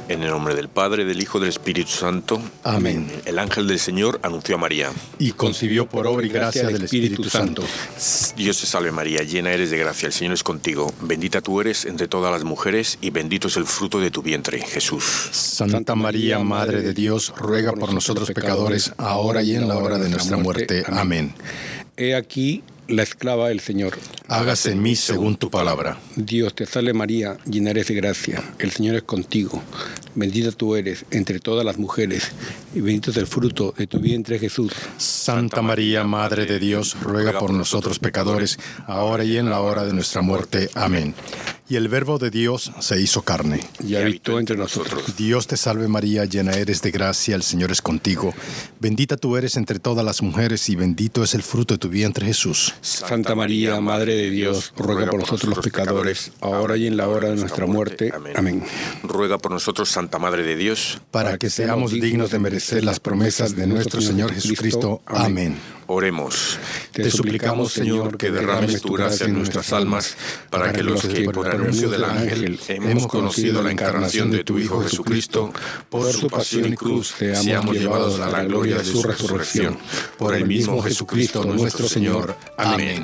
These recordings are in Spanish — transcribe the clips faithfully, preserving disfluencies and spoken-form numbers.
En el nombre del Padre, del Hijo, del Espíritu Santo. Amén. El ángel del Señor anunció a María. Y concibió por obra y gracia del Espíritu Santo. Dios te salve María, llena eres de gracia, el Señor es contigo. Bendita tú eres entre todas las mujeres y bendito es el fruto de tu vientre, Jesús. Santa María, Madre de Dios, ruega por nosotros pecadores, ahora y en la hora de nuestra muerte. Amén. He aquí la esclava del Señor. Hágase en mí según tu palabra. Dios te salve María, llena eres de gracia, el Señor es contigo. Bendita tú eres entre todas las mujeres y bendito es el fruto de tu vientre, Jesús. Santa María, Madre de Dios, ruega por nosotros pecadores, ahora y en la hora de nuestra muerte. Amén. Y el Verbo de Dios se hizo carne y habitó entre nosotros. Dios te salve María, llena eres de gracia, el Señor es contigo. Bendita tú eres entre todas las mujeres y bendito es el fruto de tu vientre, Jesús. Santa María, Madre de Dios, ruega por nosotros los pecadores, ahora y en la hora de nuestra muerte. Amén. Ruega por nosotros, Santa Madre de Dios, para que seamos dignos de merecer las promesas de nuestro Señor Jesucristo. Amén. Oremos. Te suplicamos, Señor, que derrames tu gracia en nuestras almas, para que los que por el anuncio del ángel hemos conocido la encarnación de tu Hijo Jesucristo, por su pasión y cruz seamos llevados a la gloria de su resurrección. Por el mismo Jesucristo nuestro Señor. Amén.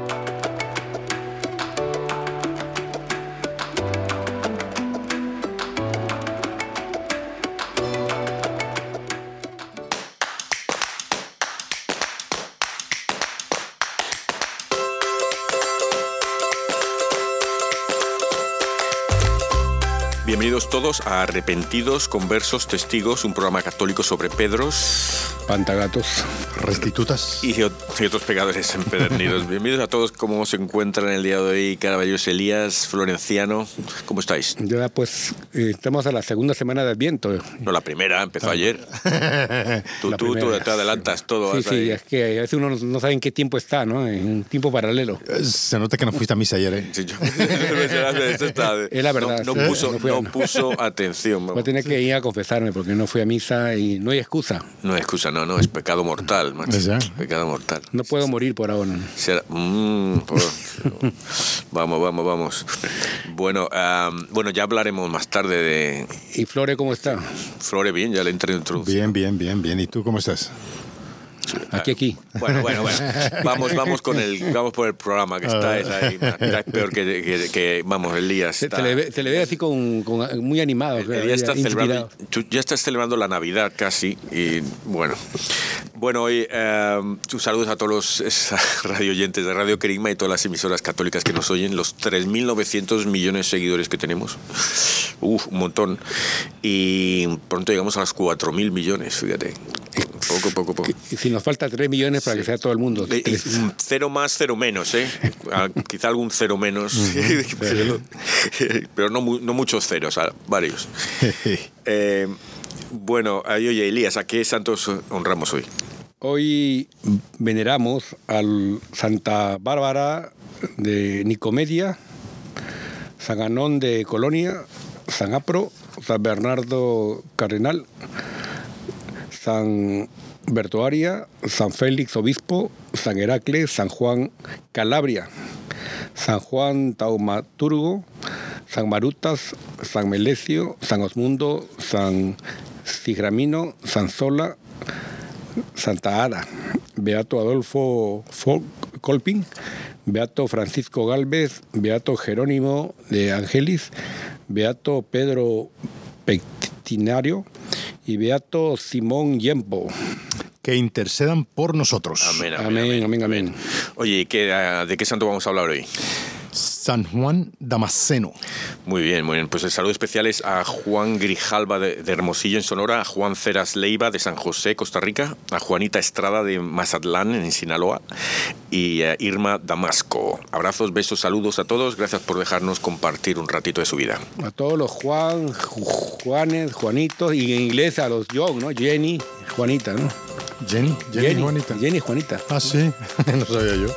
Bienvenidos todos a Arrepentidos, Conversos, Testigos, un programa católico sobre Pedros, Pantagatos, Restitutas y, y otros pecadores empedernidos. Bienvenidos a todos. ¿Cómo se encuentran el día de hoy? Caraballos Elías, Florenciano, ¿cómo estáis? Ya pues eh, estamos a la segunda semana de Adviento. No, la primera, empezó ah. ayer. tú, tú, tú te adelantas todo. Sí, sí, ahí. Es que a veces uno no sabe en qué tiempo está, ¿no? En un tiempo paralelo. Se nota que no fuiste a misa ayer, ¿eh? Sí, yo, es la verdad. No, no sí, puso... No No puso atención. Voy a tener que ir a confesarme porque no fui a misa y no hay excusa. No hay excusa, no, no, es pecado mortal, macho. Pecado mortal. No puedo sí, morir por ahora. Será, mmm, por, vamos, vamos, vamos. Bueno, um, bueno, ya hablaremos más tarde de... ¿Y Flore cómo está? Flore bien, ya le entré en introducción. Bien, bien, bien, bien. ¿Y tú cómo estás? Aquí, aquí. Bueno, bueno, bueno. Vamos, vamos con el, vamos por el programa que está es ahí. Está peor que, que, que vamos, Elías. Está, se, le ve, se le ve así con, con muy animado. Elías está celebrando, ya estás celebrando la Navidad casi y bueno. Bueno, hoy eh, saludos a todos los radio oyentes de Radio Querigma y todas las emisoras católicas que nos oyen, los tres mil novecientos millones de seguidores que tenemos. Uf, un montón. Y pronto llegamos a los cuatro mil millones, fíjate. Poco, poco, poco. Y si nos falta tres millones para sí. que sea todo el mundo. De, cero más, cero menos, ¿eh? Quizá algún cero menos. Uh-huh. pero, pero no, no muchos ceros, varios. eh, bueno, oye, Elías, ¿a qué santos honramos hoy? Hoy veneramos al Santa Bárbara de Nicomedia, San Anón de Colonia, San Apro, San Bernardo Cardenal, San Bertoaria, San Félix Obispo, San Heracles, San Juan Calabria, San Juan Taumaturgo, San Marutas, San Melesio, San Osmundo, San Sigramino, San Sola, Santa Ada, Beato Adolfo Colpin, Beato Francisco Galvez, Beato Jerónimo de Angelis, Beato Pedro Petinario y Beato Simón Yempo. Que intercedan por nosotros. Amén, amén, amén, amén. amén, amén. Oye, ¿qué, ¿de qué santo vamos a hablar hoy? San Juan Damasceno. Muy bien, muy bien. Pues el saludo especial es a Juan Grijalva de, de Hermosillo, en Sonora, a Juan Ceras Leiva de San José, Costa Rica, a Juanita Estrada de Mazatlán, en Sinaloa, y a Irma Damasco. Abrazos, besos, saludos a todos. Gracias por dejarnos compartir un ratito de su vida. A todos los Juan, Juanes, Juanitos, y en inglés a los John, ¿no? Jenny, Juanita, ¿no? Jenny, Jenny, Jenny Juanita. Jenny, Juanita. Ah, sí, no sabía yo.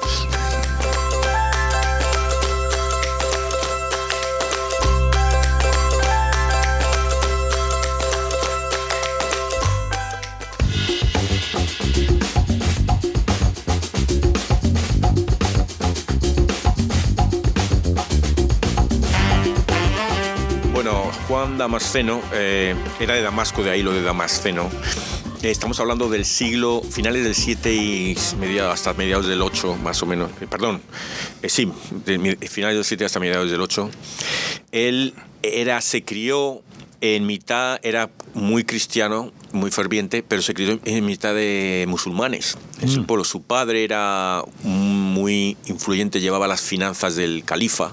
Juan Damasceno eh, era de Damasco, de ahí lo de Damasceno. Eh, estamos hablando del siglo, finales del siete y media, hasta mediados del ocho, más o menos. Eh, perdón, eh, sí, de, finales del siete hasta mediados del ocho. Él era, se crió en mitad, era muy cristiano, muy ferviente, pero se crió en mitad de musulmanes. En mm. su pueblo, su padre era muy influyente, llevaba las finanzas del califa.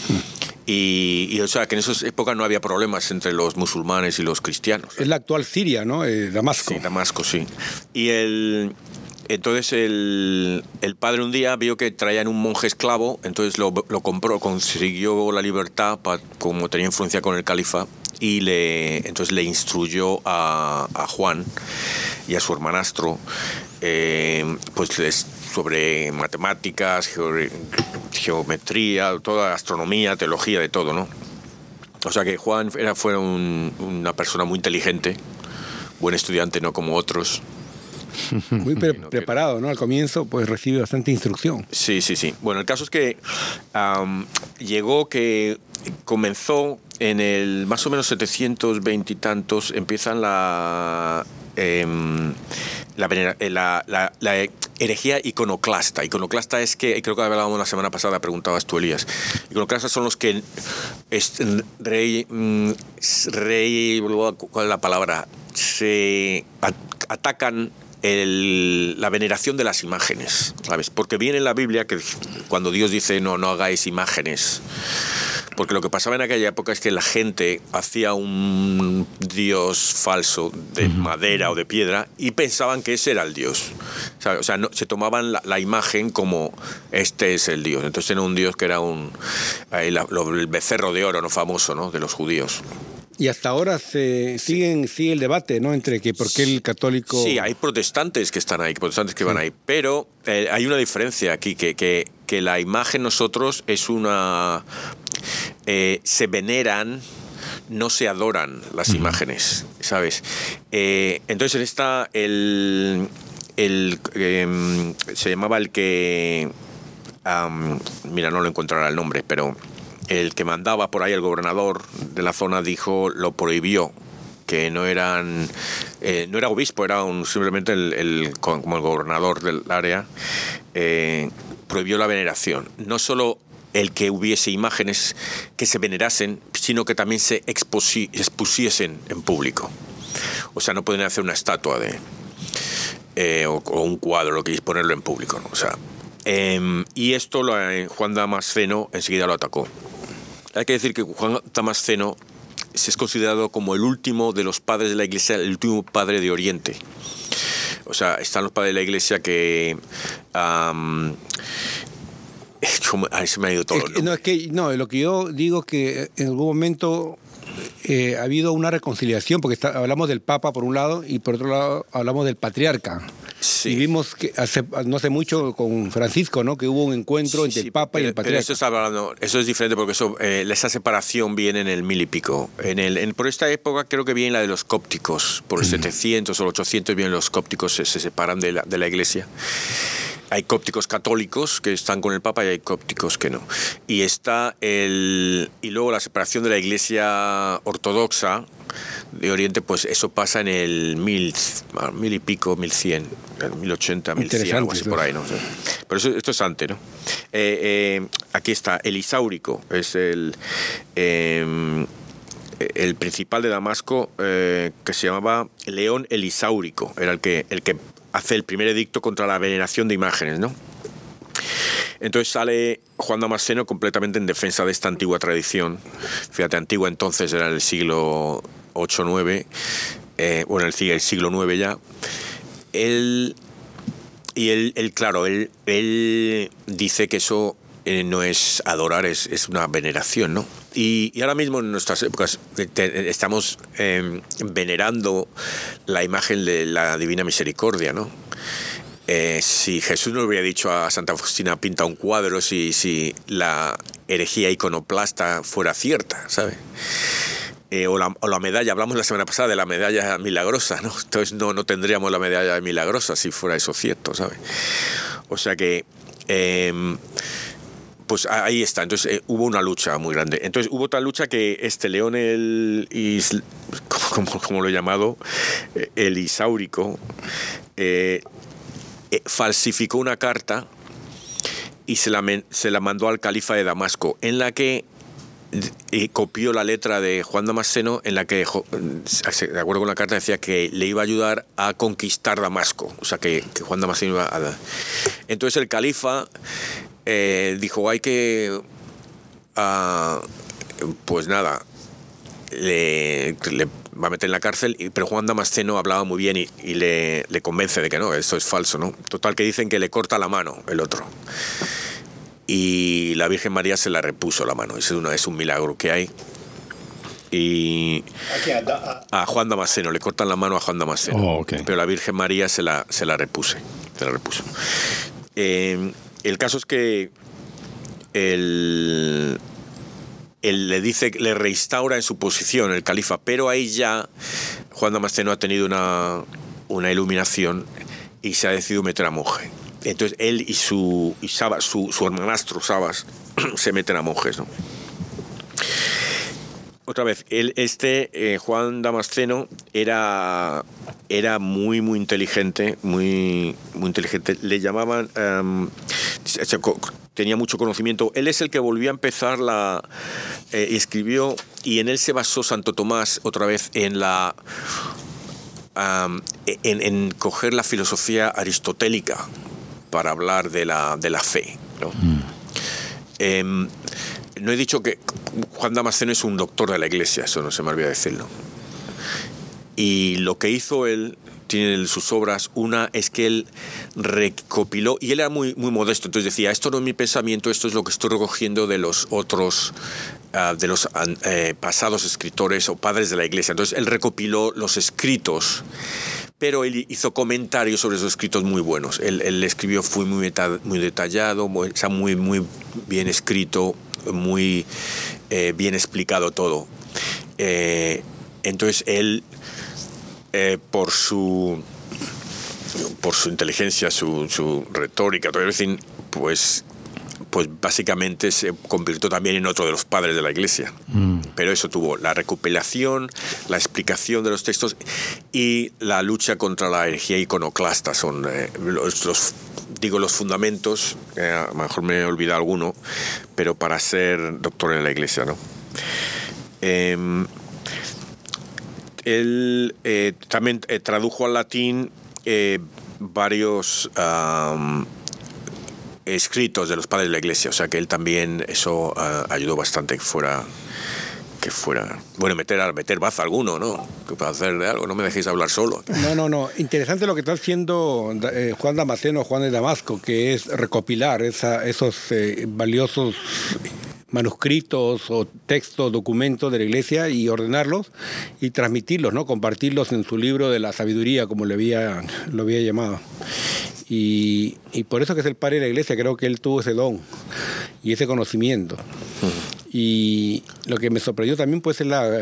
Y, y o sea, que en esas épocas no había problemas entre los musulmanes y los cristianos. Es la actual Siria, ¿no? Eh, Damasco. Sí, Damasco, sí. Y el, entonces el, el padre un día vio que traían un monje esclavo, entonces lo, lo compró, consiguió la libertad, pa, como tenía influencia con el califa, y le, entonces le instruyó a, a Juan y a su hermanastro eh, pues les, sobre matemáticas, geore, geometría, toda astronomía, teología, de todo, ¿no? O sea que Juan era, fue un, una persona muy inteligente, buen estudiante, no como otros. Muy pre preparado, ¿no? Al comienzo pues recibe bastante instrucción. Sí, sí, sí. Bueno, el caso es que um, llegó que comenzó en el más o menos setecientos veinte y tantos, empiezan la... Eh, la, la, la, la herejía iconoclasta. Iconoclasta es que, creo que hablábamos la semana pasada, preguntabas tú, Elías. Iconoclastas son los que es, rey, rey, ¿cuál es la palabra? Se atacan el, la veneración de las imágenes, ¿sabes? Porque viene en la Biblia que cuando Dios dice no, no hagáis imágenes. Porque lo que pasaba en aquella época es que la gente hacía un dios falso de uh-huh. madera o de piedra y pensaban que ese era el dios. O sea, no, se tomaban la, la imagen como este es el dios. Entonces era un dios que era un eh, la, lo, el becerro de oro, no famoso, ¿no? De los judíos. Y hasta ahora se siguen, sigue el debate, ¿no? Entre que por qué el católico... Sí, hay protestantes que están ahí, protestantes que sí. van ahí, pero eh, hay una diferencia aquí, que, que, que la imagen nosotros es una... Eh, se veneran, no se adoran las uh-huh. imágenes, ¿sabes? Eh, entonces está el... el eh, se llamaba el que... Um, mira, no lo encontrará el nombre, pero... el que mandaba por ahí, el gobernador de la zona, dijo, lo prohibió, que no eran, eh, no era obispo, era un, simplemente el, el, como el gobernador del área, eh, prohibió la veneración. No solo el que hubiese imágenes que se venerasen, sino que también se expusi, expusiesen en público. O sea, no pueden hacer una estatua de eh, o, o un cuadro, lo que es ponerlo en público, ¿no? O sea, eh, y esto lo, eh, Juan Damasceno enseguida lo atacó. Hay que decir que Juan Damasceno es considerado como el último de los padres de la Iglesia, el último padre de Oriente. O sea, están los padres de la Iglesia que... Um, ahí se me ha ido todo. Es que, no, es que no, lo que yo digo es que en algún momento eh, ha habido una reconciliación, porque está, hablamos del Papa por un lado y por otro lado hablamos del Patriarca. Sí. Y vimos que hace, no hace mucho con Francisco, ¿no? Que hubo un encuentro sí, entre sí, el Papa pero, y el Patriarca. Pero eso, está hablando, eso es diferente porque eso, eh, esa separación viene en el mil y pico. En el, en, por esta época creo que viene la de los cópticos. Por el mm. setecientos o ochocientos vienen los cópticos, se, se separan de la, de la Iglesia. Hay cópticos católicos que están con el Papa y hay cópticos que no. Y está el y luego la separación de la Iglesia ortodoxa de Oriente, pues eso pasa en el mil, mil y pico, mil cien, mil ochenta, mil cien, algo así por ahí, ¿no? Pero eso, esto es antes, ¿no? Eh, eh, aquí está el Isáurico, es el eh, el principal de Damasco, eh, que se llamaba León el Isáurico, era el que el que hace el primer edicto contra la veneración de imágenes, ¿no? Entonces sale Juan Damasceno completamente en defensa de esta antigua tradición. Fíjate, antigua entonces era el siglo ocho nueve, eh, bueno, el, el siglo nueve ya. Él, y él, él claro, él, él dice que eso eh, no es adorar, es, es una veneración, ¿no? Y, y ahora mismo en nuestras épocas te, estamos eh, venerando la imagen de la Divina Misericordia, ¿no? Eh, si Jesús no hubiera dicho a Santa Faustina pinta un cuadro, si, si la herejía iconoclasta fuera cierta, ¿sabes? Eh, o, la, o la medalla, hablamos la semana pasada de la medalla milagrosa, ¿no? Entonces no, no tendríamos la medalla milagrosa si fuera eso cierto, ¿sabes? O sea que... Eh, pues ahí está. Entonces eh, hubo una lucha muy grande. Entonces hubo otra lucha que este León el is, como, como lo he llamado, el Isáurico, eh, eh, falsificó una carta y se la, se la mandó al califa de Damasco, en la que eh, copió la letra de Juan Damasceno, en la que, de acuerdo con la carta, decía que le iba a ayudar a conquistar Damasco. O sea, que, que Juan Damasceno iba a... Entonces el califa eh, dijo, hay que... Uh, pues nada, le, le va a meter en la cárcel, pero Juan Damasceno hablaba muy bien y, y le, le convence de que no, esto es falso, ¿no? Total, que dicen que le corta la mano el otro. Y la Virgen María se la repuso la mano. Es, una, es un milagro que hay. Y a Juan Damasceno, le cortan la mano a Juan Damasceno. Oh, okay. Pero la Virgen María se la, se la repuse. Se la repuso. Eh, el caso es que el, el le dice, le reinstaura en su posición el califa, pero ahí ya Juan Damasceno ha tenido una, una iluminación y se ha decidido meter a monje. Entonces él y su y Sabas, su, su hermanastro Sabas se meten a monjes, ¿no? Otra vez, él, este eh, Juan Damasceno era, era muy, muy inteligente, muy, muy inteligente. Le llamaban, um, tenía mucho conocimiento. Él es el que volvió a empezar la, eh, escribió, y en él se basó Santo Tomás otra vez en la, um, en, en coger la filosofía aristotélica para hablar de la, de la fe, ¿no? Mm. Eh, no he dicho que Juan Damasceno es un doctor de la Iglesia, eso no se me olvida decirlo. Y lo que hizo él, tiene en sus obras, una es que él recopiló, y él era muy, muy modesto, entonces decía, esto no es mi pensamiento, esto es lo que estoy recogiendo de los otros, uh, de los uh, pasados escritores o padres de la Iglesia. Entonces él recopiló los escritos, pero él hizo comentarios sobre esos escritos muy buenos. Él, él escribió, fue muy, meta, muy detallado, muy, o sea, muy, muy bien escrito, muy eh, bien explicado todo. Eh, entonces él, eh, por su por su inteligencia, su, su retórica, todo eso, pues, pues básicamente se convirtió también en otro de los padres de la Iglesia. Mm. Pero eso tuvo la recopilación, la explicación de los textos y la lucha contra la herejía iconoclasta. Son eh, los, los, digo los fundamentos, eh, a lo mejor me he olvidado alguno, pero para ser doctor en la Iglesia, ¿no? Eh, él eh, también eh, tradujo al latín eh, varios um, escritos de los padres de la Iglesia, o sea que él también eso uh, ayudó bastante que fuera que fuera bueno meter meter baza alguno, ¿no? Que para hacer de algo, no me dejéis hablar solo. No, no, no. Interesante lo que está haciendo eh, Juan Damasceno, Juan de Damasco, que es recopilar esa, esos eh, valiosos manuscritos o textos, documentos de la Iglesia y ordenarlos y transmitirlos, ¿no? Compartirlos en su libro de la sabiduría, como le había, lo había llamado. Y, y por eso que es el padre de la Iglesia, creo que él tuvo ese don y ese conocimiento. Uh-huh. Y lo que me sorprendió también pues es la,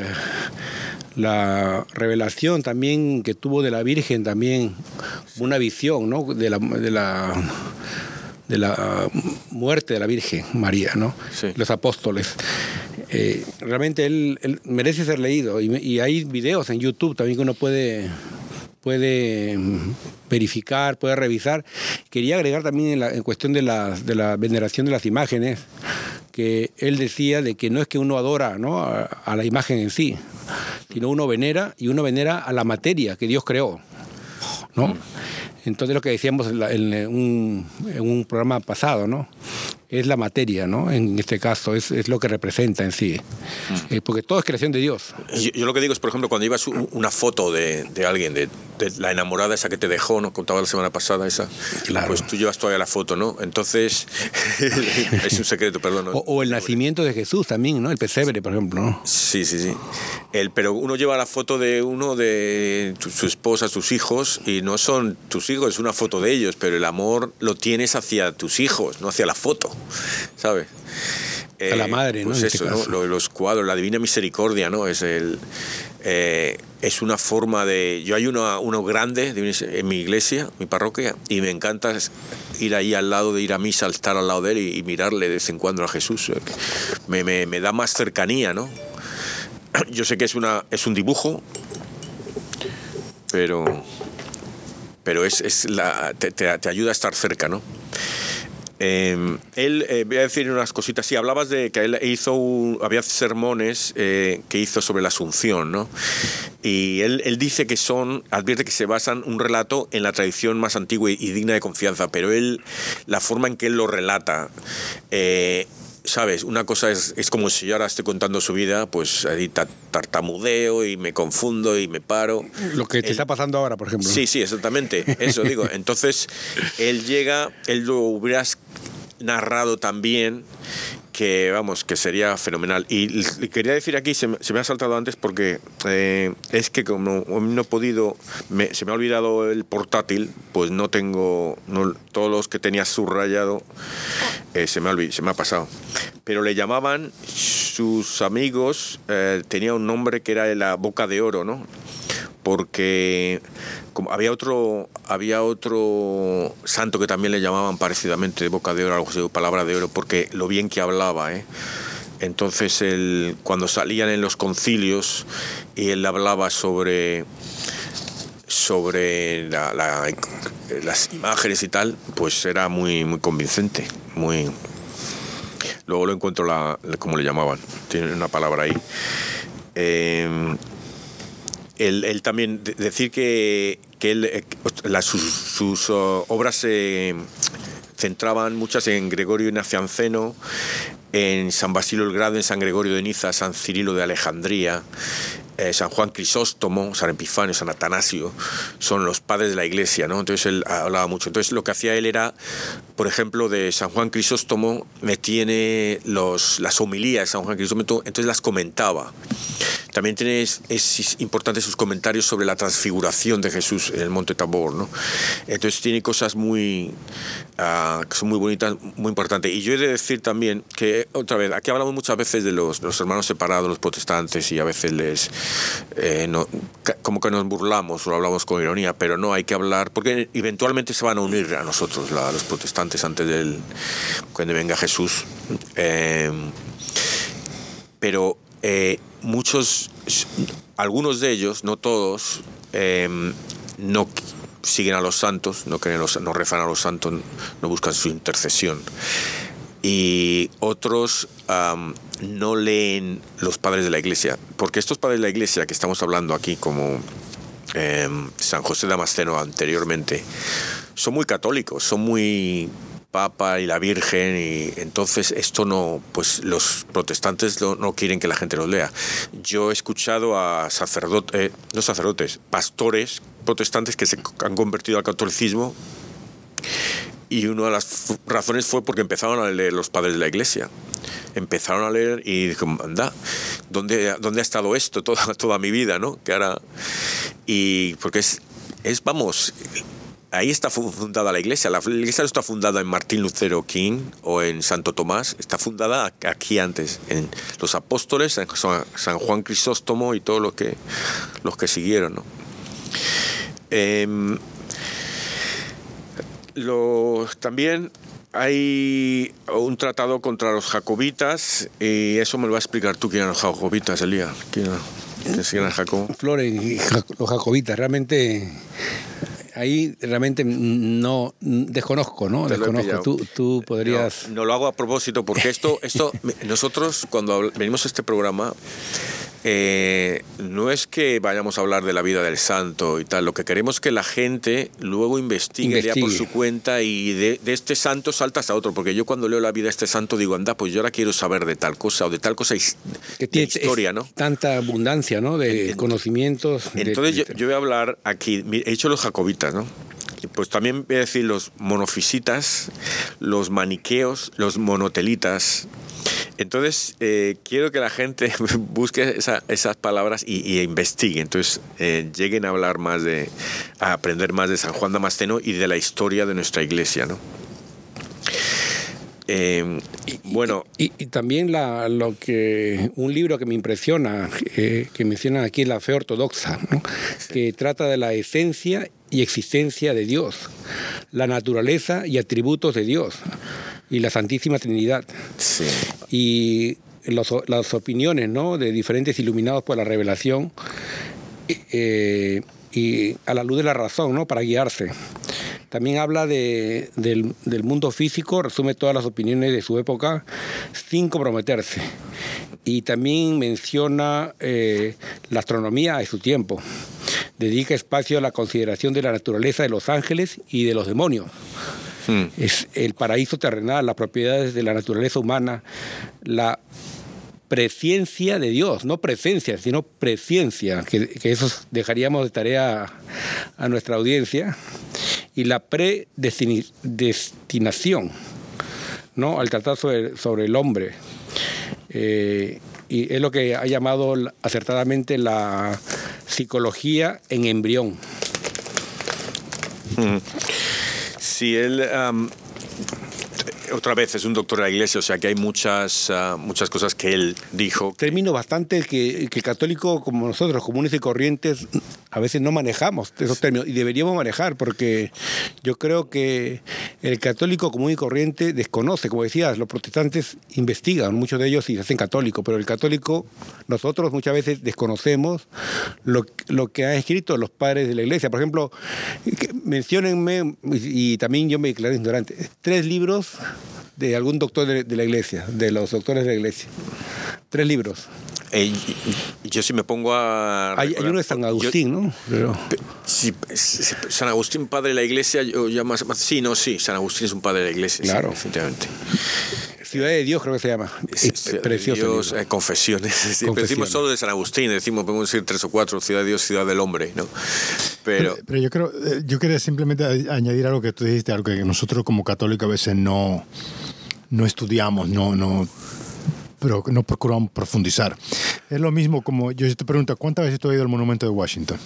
la revelación también que tuvo de la Virgen, también una visión, ¿no? de la, de la de la muerte de la Virgen María, ¿no? Sí. Los apóstoles. Eh, realmente él, él merece ser leído y, y hay videos en YouTube también que uno puede puede verificar, puede revisar. Quería agregar también en, la, en cuestión de la, de la veneración de las imágenes, que él decía de que no es que uno adora, ¿no? a, a la imagen en sí, sino uno venera y uno venera a la materia que Dios creó, ¿no? Mm. Entonces lo que decíamos en, la, en, un, en un programa pasado, ¿no? Es la materia, ¿no? En este caso, es, es lo que representa en sí. Mm. Eh, porque todo es creación de Dios. Yo, yo lo que digo es, por ejemplo, cuando llevas una foto de, de alguien, de, de la enamorada esa que te dejó, ¿no? Contaba la semana pasada esa. Claro. Pues tú llevas todavía la foto, ¿no? Entonces, es un secreto, perdón. ¿no? O, o el nacimiento de Jesús también, ¿no? El pesebre, por ejemplo, ¿no? Sí, sí, sí. El, pero uno lleva la foto de uno, de tu, su esposa, sus hijos, y no son tus hijos, es una foto de ellos, pero el amor lo tienes hacia tus hijos, no hacia la foto, ¿sabes? A eh, la madre, pues ¿no? Eso, ¿no? Los cuadros, la Divina Misericordia, ¿no? Es el, eh, es una forma de... Yo hay uno, uno grande de, en mi iglesia, mi parroquia, y me encanta ir ahí al lado, de ir a misa, estar al lado de él y, y mirarle de vez en cuando a Jesús. Me, me, me da más cercanía, ¿no? Yo sé que es, una, es un dibujo, pero, pero es, es la, te, te, te ayuda a estar cerca, ¿no? Eh, él, eh, voy a decir unas cositas. Sí, hablabas de que él hizo, un, había sermones eh, que hizo sobre la Asunción, ¿no? Y él, él dice que son, advierte que se basan un relato en la tradición más antigua y, y digna de confianza, pero él, la forma en que él lo relata, eh, ¿sabes? Una cosa es, es como si yo ahora estoy contando su vida, pues ahí tartamudeo y me confundo y me paro. Lo que te él, está pasando ahora, por ejemplo. Sí, sí, exactamente. Eso digo. Entonces, él llega, él lo hubieras narrado también, que vamos, que sería fenomenal. Y, y quería decir aquí, se me, se me ha saltado antes porque eh, es que como no he podido, me, se me ha olvidado el portátil, pues no tengo, no, todos los que tenía subrayado eh, se, me ha olvidado, se me ha pasado. Pero le llamaban, sus amigos, eh, tenía un nombre que era la Boca de Oro, ¿no? Porque como había otro había otro santo que también le llamaban parecidamente Boca de Oro, algo así, palabra de oro, porque lo bien que hablaba, ¿eh? Entonces él, cuando salían en los concilios y él hablaba sobre sobre la, la, las imágenes y tal, pues era muy muy convincente, muy. Luego lo encuentro la, como le llamaban, tiene una palabra ahí. Eh, Él, él también, decir que, que él, la, sus, sus uh, obras se eh, centraban muchas en Gregorio Nacianceno, en San Basilio el Grande, en San Gregorio de Niza, San Cirilo de Alejandría, eh, San Juan Crisóstomo, San Epifanio, San Atanasio, son los padres de la Iglesia, ¿no? Entonces él hablaba mucho. Entonces lo que hacía él era, por ejemplo, de San Juan Crisóstomo, me tiene los, las homilías de San Juan Crisóstomo, entonces las comentaba. También tiene, es, es importante sus comentarios sobre la transfiguración de Jesús en el Monte Tabor, ¿no? Entonces tiene cosas muy, uh, que son muy bonitas, muy importantes. Y yo he de decir también que, otra vez, aquí hablamos muchas veces de los, los hermanos separados, los protestantes, y a veces les, eh, no, como que nos burlamos o lo hablamos con ironía, pero no, hay que hablar, porque eventualmente se van a unir a nosotros, la, los protestantes, antes del, cuando venga Jesús. Eh, pero... Eh, muchos, algunos de ellos, no todos, eh, no siguen a los santos, no, creen los, no rezan a los santos, no buscan su intercesión. Y otros um, no leen los padres de la Iglesia, porque estos padres de la Iglesia que estamos hablando aquí, como eh, San José Damasceno anteriormente, son muy católicos, son muy... Papa y la Virgen, y entonces esto no, pues los protestantes no, no quieren que la gente los lea. Yo he escuchado a sacerdotes, eh, no sacerdotes, pastores protestantes que se han convertido al catolicismo, y una de las razones fue porque empezaron a leer los padres de la Iglesia. Empezaron a leer y dijeron, anda, ¿dónde, dónde ha estado esto toda, toda mi vida, ¿no? Que ahora, y porque es, es vamos... Ahí está fundada la Iglesia. La Iglesia no está fundada en Martín Lutero King o en Santo Tomás, está fundada aquí antes, en los apóstoles, en San Juan Crisóstomo y todos los que, los que siguieron, ¿no? Eh, lo, también hay un tratado contra los jacobitas, y eso me lo va a explicar tú, quién eran los jacobitas, Elías. ¿Quién eran Jacob? Flores y los jacobitas, realmente... Ahí realmente no desconozco, ¿no? Te desconozco. Tú, tú podrías. No, no lo hago a propósito porque esto, esto nosotros cuando venimos a este programa eh, no es que vayamos a hablar de la vida del santo y tal. Lo que queremos es que la gente luego investigue, investigue. lea por su cuenta, y de, de este santo saltas a otro. Porque yo cuando leo la vida de este santo digo, anda, pues yo ahora quiero saber de tal cosa o de tal cosa que tiene de historia, ¿no? Tanta abundancia, ¿no? De en, conocimientos. Entonces de, yo, yo voy a hablar aquí, he hecho los jacobitas, ¿no? Pues también voy a decir los monofisitas, los maniqueos, los monotelitas. Entonces, eh, quiero que la gente busque esa, esas palabras y, y investigue. Entonces, eh, lleguen a hablar más de, a aprender más de San Juan Damasceno y de la historia de nuestra Iglesia, ¿no? Eh, y, bueno. Y, y, y también la, lo que un libro que me impresiona, eh, que mencionan aquí, es La Fe Ortodoxa, ¿no? Sí. Que trata de la esencia y existencia de Dios, la naturaleza y atributos de Dios y la Santísima Trinidad. Sí. Y los, las opiniones, ¿no?, de diferentes iluminados por la revelación eh, y a la luz de la razón, ¿no?, para guiarse. También habla de, del, del mundo físico, resume todas las opiniones de su época sin comprometerse. Y también menciona eh, la astronomía de su tiempo. Dedica espacio a la consideración de la naturaleza de los ángeles y de los demonios. Hmm. Es el paraíso terrenal, las propiedades de la naturaleza humana, la presciencia de Dios, no presencia, sino presciencia, que, que eso dejaríamos de tarea a, a nuestra audiencia, y la predestinación, ¿no?, al tratar sobre, sobre el hombre. Eh, y es lo que ha llamado acertadamente la psicología en embrión. Sí, él... Um... Otra vez, es un doctor de la Iglesia, o sea que hay muchas, uh, muchas cosas que él dijo. Términos bastante que, que el católico, como nosotros, comunes y corrientes, a veces no manejamos esos términos, y deberíamos manejar, porque yo creo que el católico común y corriente desconoce. Como decías, los protestantes investigan, muchos de ellos y se hacen católicos, pero el católico, nosotros muchas veces desconocemos lo, lo que han escrito los padres de la Iglesia. Por ejemplo, menciónenme, y también yo me declaro ignorante, tres libros de algún doctor de, de la Iglesia, de los doctores de la Iglesia. Tres libros. Eh, yo si me pongo a... Hay, hay uno de San Agustín, yo, ¿no? Pero... Sí, San Agustín, padre de la Iglesia, yo ya más, más... Sí, no, sí, San Agustín es un padre de la Iglesia. Claro. Sí, definitivamente. Ciudad de Dios creo que se llama. Es, es precioso. Dios, eh, confesiones. Sí, confesiones. Decimos solo de San Agustín, decimos, podemos decir tres o cuatro, Ciudad de Dios, Ciudad del Hombre, ¿no? Pero, pero, pero yo creo, yo quería simplemente añadir algo que tú dijiste, algo que nosotros como católicos a veces no, no estudiamos, no, no, pero no procuramos profundizar. Es lo mismo como, yo te pregunto, ¿cuántas veces tú has ido al Monumento de Washington?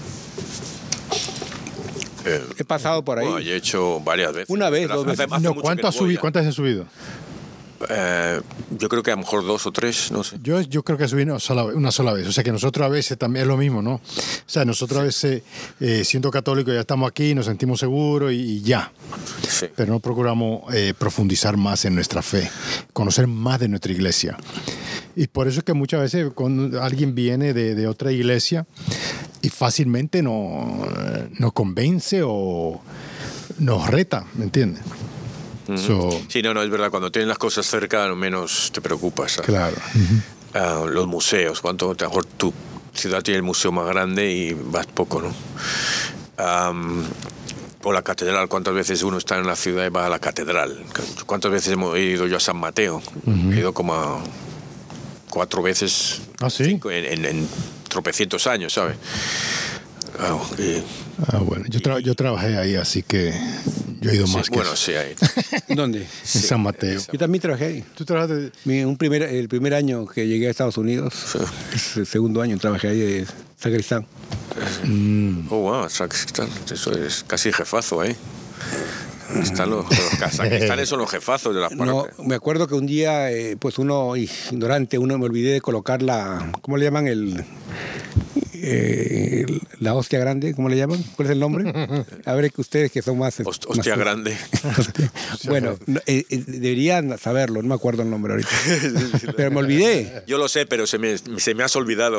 Eh, he pasado por ahí. Bueno, he hecho varias veces. Una vez, dos veces. Hace, hace no, ¿cuánto has subido, ¿Cuántas has subido? Eh, yo creo que a lo mejor dos o tres, no sé. Yo, yo creo que subí una sola, una sola vez. O sea que nosotros a veces también es lo mismo, ¿no? O sea, nosotros a veces, eh, siendo católicos, ya estamos aquí, nos sentimos seguros y, y ya. Sí. Pero no procuramos eh, profundizar más en nuestra fe, conocer más de nuestra iglesia. Y por eso es que muchas veces cuando alguien viene de, de otra iglesia y fácilmente no, nos convence o nos reta, ¿me entiendes? Uh-huh. So, sí, no, no, es verdad, cuando tienes las cosas cerca, menos te preocupas. ¿Sabes? Claro. Uh-huh. Uh, los museos, cuánto, a lo mejor tu ciudad tiene el museo más grande y vas poco, ¿no? Um, o la catedral, cuántas veces uno está en la ciudad y va a la catedral. ¿Cuántas veces hemos ido yo a San Mateo? Uh-huh. He ido como a cuatro veces. ¿Ah, sí? Cinco, en, en, en tropecientos años, ¿sabes? Oh, y, ah, bueno, yo, tra- yo trabajé ahí, así que yo he ido sí, más que bueno, eso. sí, ahí. ¿Dónde? En sí, San Mateo. Yo también trabajé ahí. ¿Tú trabajaste? Mi, un primer, el primer año que llegué a Estados Unidos, sí. El segundo año trabajé ahí de sacristán. Mm. Oh, wow, sacristán. Eso es casi jefazo, ¿eh? Están los, los sacristanes son los jefazos de las parroquias. No, me acuerdo que un día, eh, pues uno, ignorante, uno me olvidé de colocar la, ¿cómo le llaman? El... Eh, la hostia grande, ¿cómo le llaman? ¿Cuál es el nombre? A ver, que ustedes que son más... Host, hostia más grande. Hostia. Bueno, no, eh, eh, deberían saberlo, no me acuerdo el nombre ahorita. Pero me olvidé. Yo lo sé, pero se me, se me has olvidado.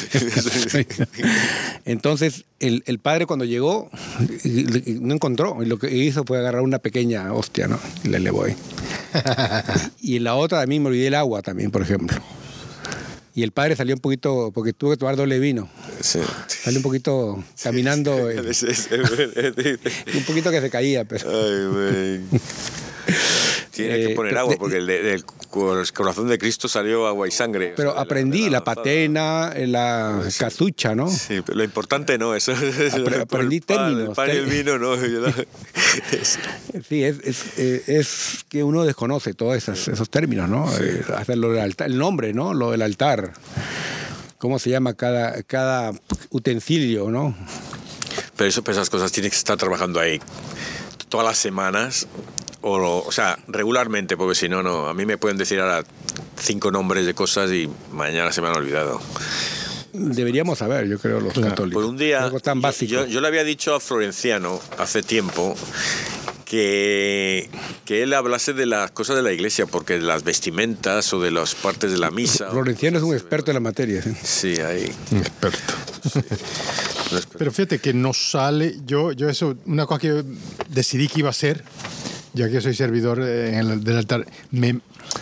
Entonces, el, el padre cuando llegó, no encontró, y lo que hizo fue agarrar una pequeña hostia, ¿no? Y la elevó ahí. Y en la otra también me olvidé el agua también, por ejemplo. Y el padre salió un poquito, porque tuvo que tomar doble vino. Sí. Salió un poquito caminando. Sí, sí, sí. Un poquito que se caía, pero... Ay, güey. Tiene eh, que poner agua, porque el, de, del corazón de Cristo salió agua y sangre. Pero o sea, aprendí la, la, la patena, la sí. casucha, ¿no? Sí, pero lo importante no es. Apre aprendí el pan, términos. El pan y el vino, ¿no? Sí, es, es, es que uno desconoce todos esos, esos términos, ¿no? Sí. Hasta lo del altar, el nombre, ¿no? Lo del altar. ¿Cómo se llama cada, cada utensilio, ¿no? Pero eso, pues esas cosas tienes que estar trabajando ahí todas las semanas. O, o sea, regularmente, porque si no, no. A mí me pueden decir ahora cinco nombres de cosas y mañana se me han olvidado. Deberíamos saber, yo creo, los claro. católicos. Por un día, tan básico. Yo, yo le había dicho a Florenciano hace tiempo que, que él hablase de las cosas de la iglesia, porque de las vestimentas o de las partes de la misa. Florenciano es un experto en la materia. Sí, sí ahí. Un experto. Sí. Pero fíjate que no sale, yo, yo eso, una cosa que yo decidí que iba a hacer, ya que yo soy servidor en el, del altar, me,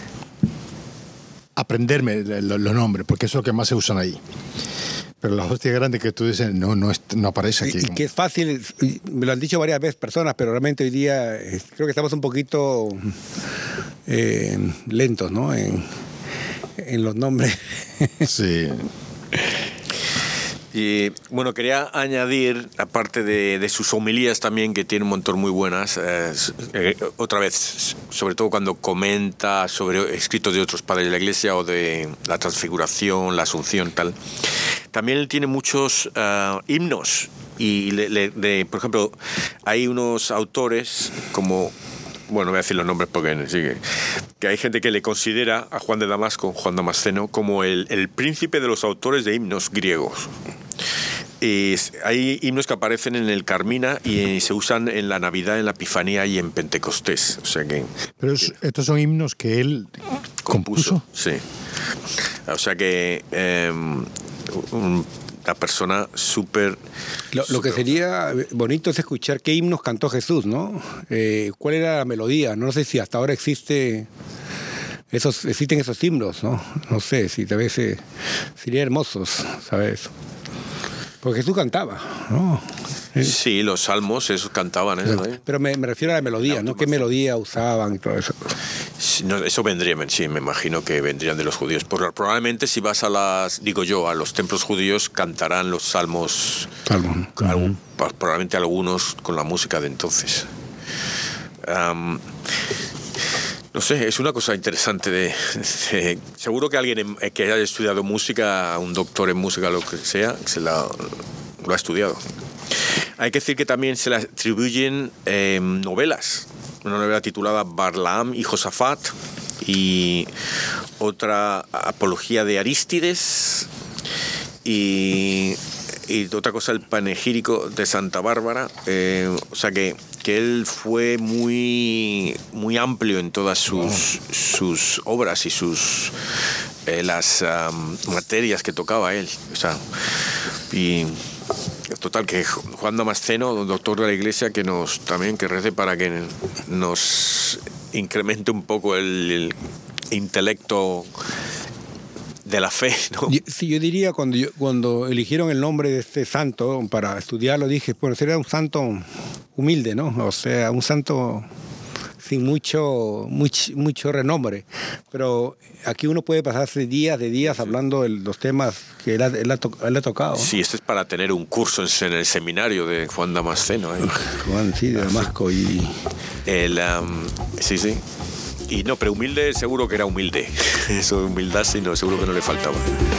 aprenderme los nombres, porque eso es lo que más se usan ahí. Pero la hostia grande que tú dices, no, no, no aparece aquí. Y, y que es fácil, me lo han dicho varias veces personas, pero realmente hoy día creo que estamos un poquito eh, lentos, ¿no? En, en los nombres. Sí. Y bueno, quería añadir, aparte de, de sus homilías también, que tiene un montón muy buenas, eh, eh, otra vez, sobre todo cuando comenta sobre escritos de otros padres de la Iglesia o de la transfiguración, la asunción, tal. También él tiene muchos uh, himnos y, le, le, de, por ejemplo, hay unos autores como... Bueno, voy a decir los nombres porque sigue. Que hay gente que le considera a Juan de Damasco, Juan Damasceno, como el, el príncipe de los autores de himnos griegos. Y hay himnos que aparecen en el Carmina y se usan en la Navidad, en la Epifanía y en Pentecostés. O sea que, Pero es, estos son himnos que él compuso. compuso. Sí. O sea que eh, un, la persona súper... Lo, lo que sería bonito es escuchar qué himnos cantó Jesús, ¿no? Eh, ¿Cuál era la melodía? No sé si hasta ahora existe esos, existen esos himnos, ¿no? No sé, si tal vez eh, sería hermosos, ¿sabes? Porque Jesús cantaba, ¿no? Sí, los salmos, esos cantaban. ¿eh? Pero, pero me, me refiero a la melodía, la ¿no? ¿Qué melodía usaban y todo eso? Sí, no, eso vendría, sí, me imagino que vendrían de los judíos. Probablemente si vas a las, digo yo, a los templos judíos cantarán los salmos. Salmos. Algún, probablemente algunos con la música de entonces. Um, No sé, es una cosa interesante de, de seguro que alguien que haya estudiado música, un doctor en música, lo que sea, se la, lo ha estudiado. Hay que decir que también se le atribuyen eh, novelas. Una novela titulada Barlaam y Josafat y otra Apología de Arístides y, y otra cosa, el Panegírico de Santa Bárbara. Eh, o sea que que él fue muy, muy amplio en todas sus, sus obras y sus eh, las um, materias que tocaba él. O sea, y total, que Juan Damasceno, doctor de la Iglesia, que nos también que rece para que nos incremente un poco el, el intelecto de la fe, ¿no? Sí, yo diría, cuando, yo, cuando eligieron el nombre de este santo para estudiarlo, dije, bueno, sería un santo humilde, ¿no? O sea, un santo sin mucho, mucho, mucho renombre. Pero aquí uno puede pasarse días de días hablando de los temas que él ha, él ha, to, él ha tocado. Sí, esto es para tener un curso en el seminario de Juan Damasceno. ¿eh? Juan, sí, de Damasco. Y... El, um, sí, sí. Y no, pero humilde seguro que era humilde. Eso de humildad sí, no, seguro que no le faltaba.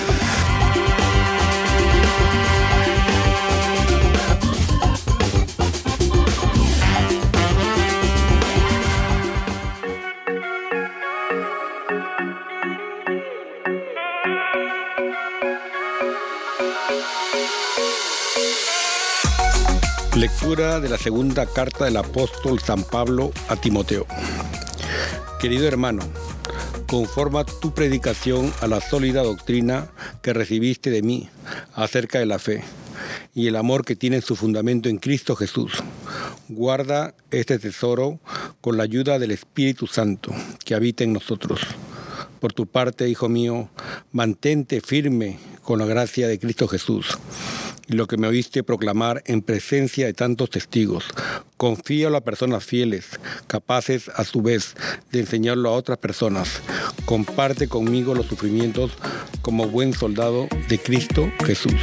Lectura de la segunda carta del apóstol San Pablo a Timoteo. Querido hermano, conforma tu predicación a la sólida doctrina que recibiste de mí acerca de la fe y el amor que tiene su fundamento en Cristo Jesús. Guarda este tesoro con la ayuda del Espíritu Santo que habita en nosotros. Por tu parte, hijo mío, mantente firme con la gracia de Cristo Jesús. Y lo que me oíste proclamar en presencia de tantos testigos, confíalo a personas fieles, capaces a su vez de enseñarlo a otras personas. Comparte conmigo los sufrimientos como buen soldado de Cristo Jesús.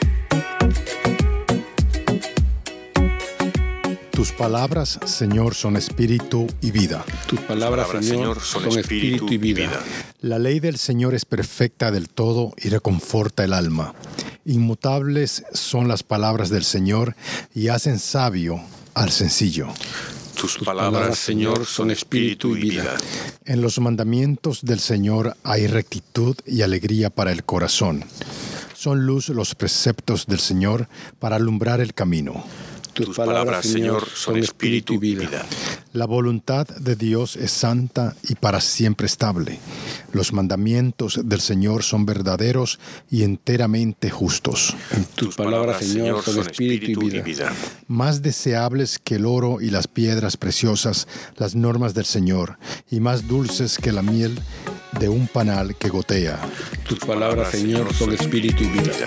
Tus palabras, Señor, son espíritu y vida. Tus palabras, palabras Señor, son, son espíritu, espíritu y vida. y vida. La ley del Señor es perfecta del todo y reconforta el alma. Inmutables son las palabras del Señor y hacen sabio al sencillo. Tus palabras, Señor, son espíritu y vida. En los mandamientos del Señor hay rectitud y alegría para el corazón. Son luz los preceptos del Señor para alumbrar el camino. Tus palabras, Señor, son espíritu y vida. La voluntad de Dios es santa y para siempre estable. Los mandamientos del Señor son verdaderos y enteramente justos. Tus palabras, Señor, son espíritu y vida. Más deseables que el oro y las piedras preciosas, las normas del Señor, y más dulces que la miel de un panal que gotea. Tus palabras, Señor, son espíritu y vida.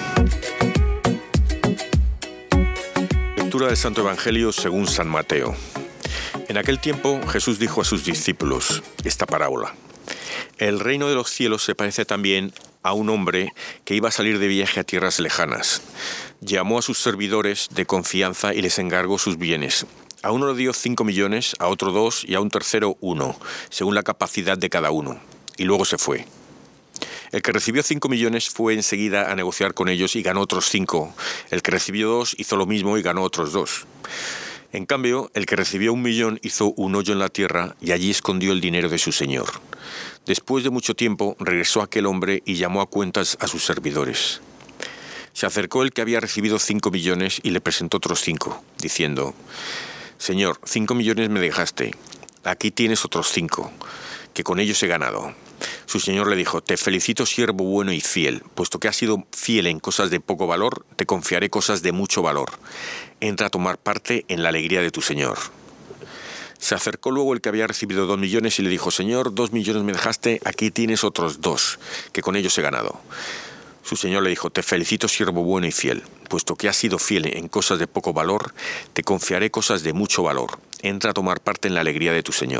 Lectura del Santo Evangelio según San Mateo. En aquel tiempo Jesús dijo a sus discípulos esta parábola. El reino de los cielos se parece también a un hombre que iba a salir de viaje a tierras lejanas. Llamó a sus servidores de confianza y les encargó sus bienes. A uno le dio cinco millones, a otro dos y a un tercero uno, según la capacidad de cada uno. Y luego se fue. El que recibió cinco millones fue enseguida a negociar con ellos y ganó otros cinco. El que recibió dos hizo lo mismo y ganó otros dos. En cambio, el que recibió un millón hizo un hoyo en la tierra y allí escondió el dinero de su señor. Después de mucho tiempo regresó aquel hombre y llamó a cuentas a sus servidores. Se acercó el que había recibido cinco millones y le presentó otros cinco, diciendo: Señor, cinco millones me dejaste. Aquí tienes otros cinco, que con ellos he ganado. Su señor le dijo: Te felicito, siervo bueno y fiel, puesto que has sido fiel en cosas de poco valor, te confiaré cosas de mucho valor. Entra a tomar parte en la alegría de tu señor. Se acercó luego el que había recibido dos millones y le dijo: Señor, dos millones me dejaste, aquí tienes otros dos, que con ellos he ganado. Su señor le dijo: Te felicito, siervo bueno y fiel, puesto que has sido fiel en cosas de poco valor, te confiaré cosas de mucho valor. Entra a tomar parte en la alegría de tu señor.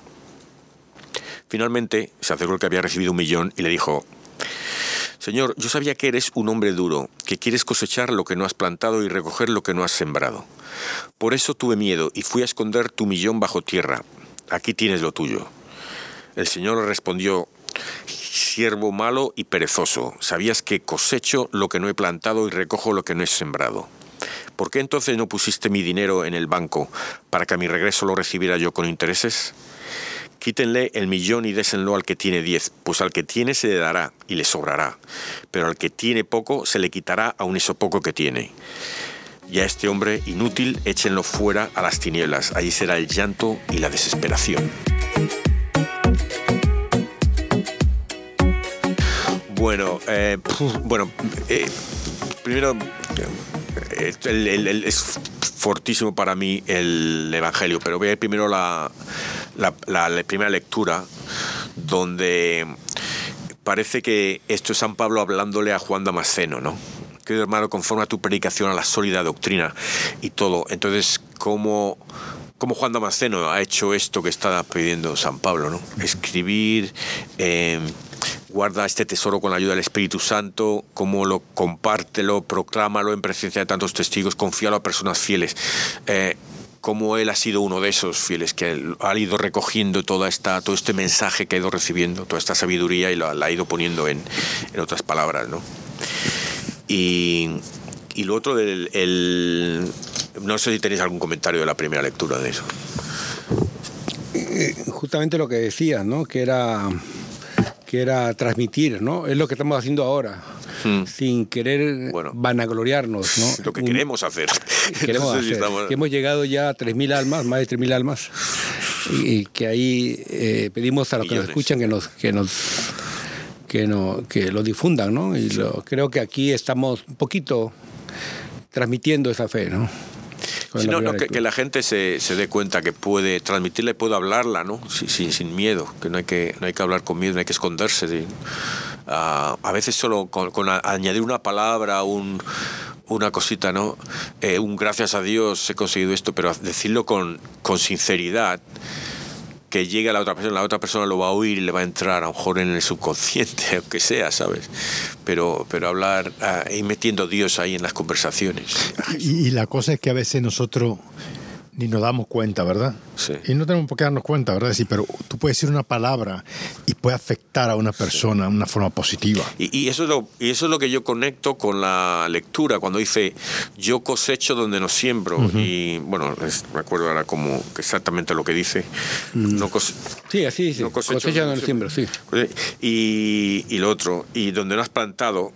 Finalmente se acercó el que había recibido un millón y le dijo: Señor, yo sabía que eres un hombre duro, que quieres cosechar lo que no has plantado y recoger lo que no has sembrado. Por eso tuve miedo y fui a esconder tu millón bajo tierra. Aquí tienes lo tuyo. El señor le respondió: Siervo malo y perezoso, sabías que cosecho lo que no he plantado y recojo lo que no he sembrado. ¿Por qué entonces no pusiste mi dinero en el banco para que a mi regreso lo recibiera yo con intereses? Quítenle el millón y désenlo al que tiene diez, pues al que tiene se le dará y le sobrará, pero al que tiene poco se le quitará aun eso poco que tiene. Y a este hombre inútil échenlo fuera a las tinieblas, allí será el llanto y la desesperación. Bueno, eh, bueno, eh, primero eh, el, el, el, es fortísimo para mí el Evangelio, pero voy a ir primero la La, la, la primera lectura, donde parece que esto es San Pablo hablándole a Juan Damasceno, ¿no? Querido hermano, conforme a tu predicación a la sólida doctrina y todo. Entonces, ¿cómo, cómo Juan Damasceno ha hecho esto que está pidiendo San Pablo, ¿no? Escribir, eh, guarda este tesoro con la ayuda del Espíritu Santo, cómo lo compártelo, proclámalo en presencia de tantos testigos, confíalo a personas fieles. Eh, Cómo él ha sido uno de esos fieles que ha ido recogiendo toda esta, todo este mensaje que ha ido recibiendo, toda esta sabiduría y la, la ha ido poniendo en, en otras palabras, ¿no? Y, y lo otro del... El, no sé si tenéis algún comentario de la primera lectura de eso. Justamente lo que decías, ¿no? Que era, que era transmitir, ¿no? Es lo que estamos haciendo ahora. Hmm. Sin querer bueno, vanagloriarnos, ¿no? Lo que Un, queremos hacer. Queremos no sé hacer. Si estamos... que hemos llegado ya a tres mil almas, más de tres mil almas, y, y que ahí eh, pedimos a los Millones. que nos escuchan que nos que nos que no que lo difundan, ¿no? Y sí. lo, creo que aquí estamos un poquito transmitiendo esa fe, ¿no? Sí, no, no, que, que la gente se, se dé cuenta que puede transmitirla y puede hablarla, ¿no? Sin, sin, sin miedo, que no hay que no hay que hablar con miedo, no hay que esconderse. De, Uh, a veces solo con, con a, añadir una palabra, un, una cosita, ¿no? Eh, un gracias a Dios he conseguido esto, pero decirlo con, con sinceridad, que llegue a la otra persona, la otra persona lo va a oír y le va a entrar a lo mejor en el subconsciente, o que sea, ¿sabes? Pero, pero hablar uh, y metiendo a Dios ahí en las conversaciones. Y, y la cosa es que a veces nosotros ni nos damos cuenta, ¿verdad? Sí. Y no tenemos por qué darnos cuenta, ¿verdad? Sí, pero tú puedes decir una palabra y puede afectar a una persona de una forma positiva. Y, y, eso es lo, y eso es lo que yo conecto con la lectura, cuando dice, yo cosecho donde no siembro. Uh-huh. Y, bueno, es, me acuerdo ahora como exactamente lo que dice. Mm. No cose- sí, así dice. No cosecho cosecha donde no siembro, sí. Y, y lo otro, y donde no has plantado,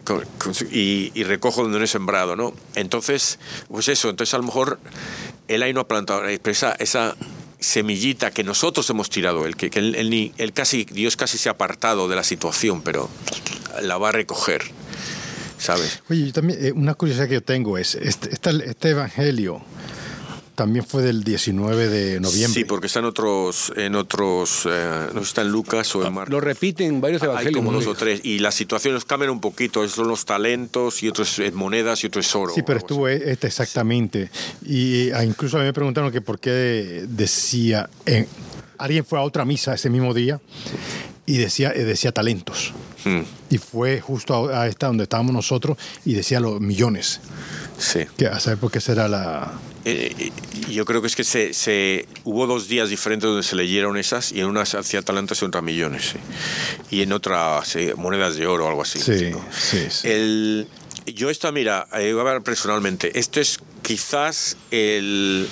y, y recojo donde no he sembrado, ¿no? Entonces, pues eso, entonces a lo mejor él ahí no ha plantado, pero esa, esa semillita que nosotros hemos tirado, el que, que él, él, él casi, Dios casi se ha apartado de la situación, pero la va a recoger, ¿sabes? Oye, yo también, eh, una curiosidad que yo tengo es, este, este, este evangelio también fue del diecinueve de noviembre. Sí, porque está en otros, en otros eh, no sé si está en Lucas o en Marcos. Lo repiten varios evangelios. Hay como dos o tres, y las situaciones cambian un poquito, son los talentos, y otros es monedas, y otro es oro. Sí, pero estuvo este exactamente. Y incluso a mí me preguntaron que por qué decía, eh, alguien fue a otra misa ese mismo día, y decía, decía talentos. Hmm. Y fue justo a esta donde estábamos nosotros, y decía los millones. Sí. Que, a saber por qué será la... Eh, yo creo que es que se, se hubo dos días diferentes donde se leyeron esas, y en unas hacía talentos y en otras millones, sí. Y en otras sí, monedas de oro o algo así. Sí, sí, ¿no? sí, sí. El, yo esto, mira, eh, voy a hablar personalmente, esto es quizás el,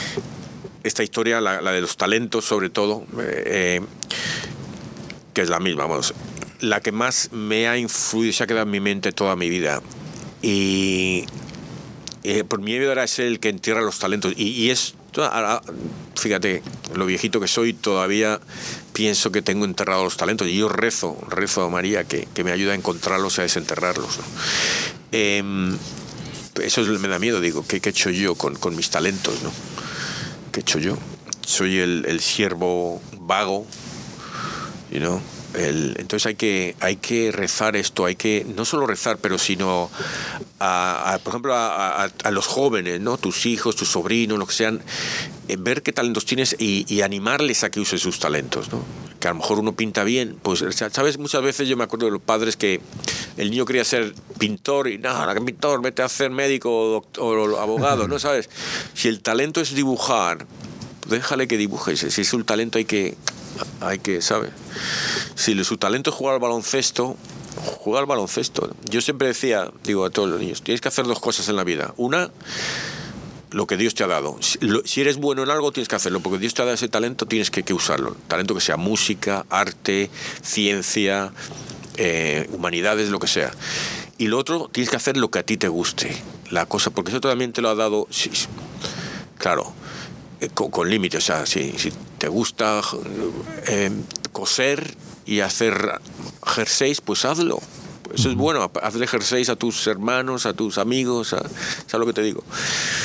esta historia, la, la de los talentos sobre todo, eh, que es la misma, vamos, la que más me ha influido, se ha quedado en mi mente toda mi vida. Y... Eh, por mi vida era ser el que entierra los talentos, y, y es, fíjate, lo viejito que soy, todavía pienso que tengo enterrados los talentos, y yo rezo, rezo a María que, que me ayude a encontrarlos y a desenterrarlos, ¿no? Eh, eso es, me da miedo, digo, ¿qué, qué he hecho yo con, con mis talentos, ¿no? ¿Qué he hecho yo? Soy el, el siervo vago, you know? El, entonces hay que, hay que rezar esto, hay que no solo rezar, pero sino, a, a, por ejemplo, a, a, a los jóvenes, ¿no? Tus hijos, tus sobrinos, lo que sean, eh, ver qué talentos tienes y, y animarles a que usen sus talentos, ¿no? Que a lo mejor uno pinta bien, pues, ¿sabes? Muchas veces yo me acuerdo de los padres que el niño quería ser pintor y nada, que pintor, vete a ser médico o, doctor, o abogado, ¿no? ¿Sabes? Si el talento es dibujar, déjale que dibuje. Si es un talento hay que... hay que, ¿sabes? Si su talento es jugar al baloncesto, jugar al baloncesto. Yo siempre decía, digo a todos los niños, tienes que hacer dos cosas en la vida. Una, lo que Dios te ha dado. Si, lo, si eres bueno en algo, tienes que hacerlo, porque Dios te ha dado ese talento, tienes que, que usarlo. Talento que sea música, arte, ciencia, eh, humanidades, lo que sea. Y lo otro, tienes que hacer lo que a ti te guste. La cosa, porque eso también te lo ha dado, sí, claro, con, con límites. O sea, si, si te gusta eh, coser y hacer jerseys, pues hazlo. Eso es bueno, hazle jerseys a tus hermanos, a tus amigos, a, ¿sabes lo que te digo?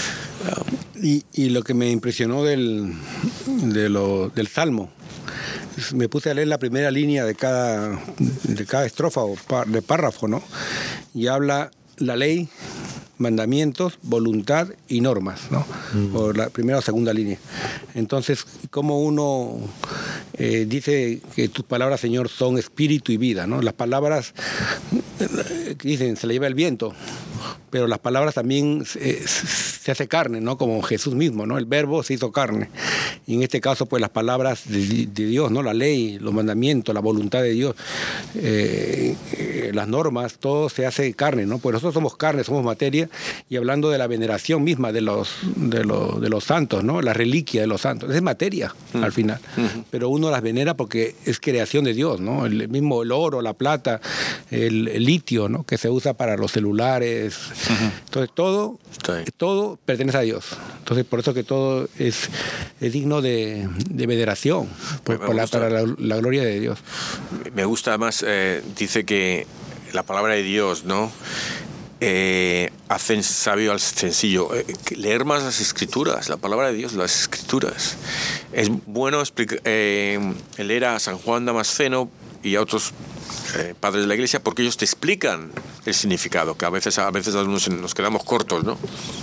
Y, y lo que me impresionó del, de lo, del Salmo, me puse a leer la primera línea de cada, de cada estrofa o par, de párrafo, ¿no? Y habla la ley, mandamientos, voluntad y normas, ¿no? Mm. O la primera o segunda línea. Entonces, como uno eh, dice que tus palabras, Señor, son espíritu y vida, ¿no? Las palabras eh, que dicen, se le lleva el viento, pero las palabras también eh, se hace carne, ¿no? Como Jesús mismo, ¿no? El verbo se hizo carne. Y en este caso, pues las palabras de, de Dios, ¿no? La ley, los mandamientos, la voluntad de Dios, eh, eh, las normas, todo se hace carne, ¿no? Pues nosotros somos carne, somos materia, y hablando de la veneración misma de los, de los, de los santos, ¿no? La reliquia de los santos, es materia mm. al final, mm-hmm. pero uno las venera porque es creación de Dios, ¿no? El mismo el oro, la plata, el, el litio, ¿no? Que se usa para los celulares. Mm-hmm. Entonces todo, todo pertenece a Dios. Entonces por eso que todo es, es digno de, de veneración, pues por la, para la, la gloria de Dios. Me gusta además, eh, dice que la palabra de Dios, ¿no? Eh, hacen sabio al sencillo. Eh, leer más las escrituras, la palabra de Dios, las escrituras. Es bueno explica, eh, leer a San Juan Damasceno y a otros eh, padres de la Iglesia, porque ellos te explican el significado, que a veces a veces nos, nos quedamos cortos, ¿no?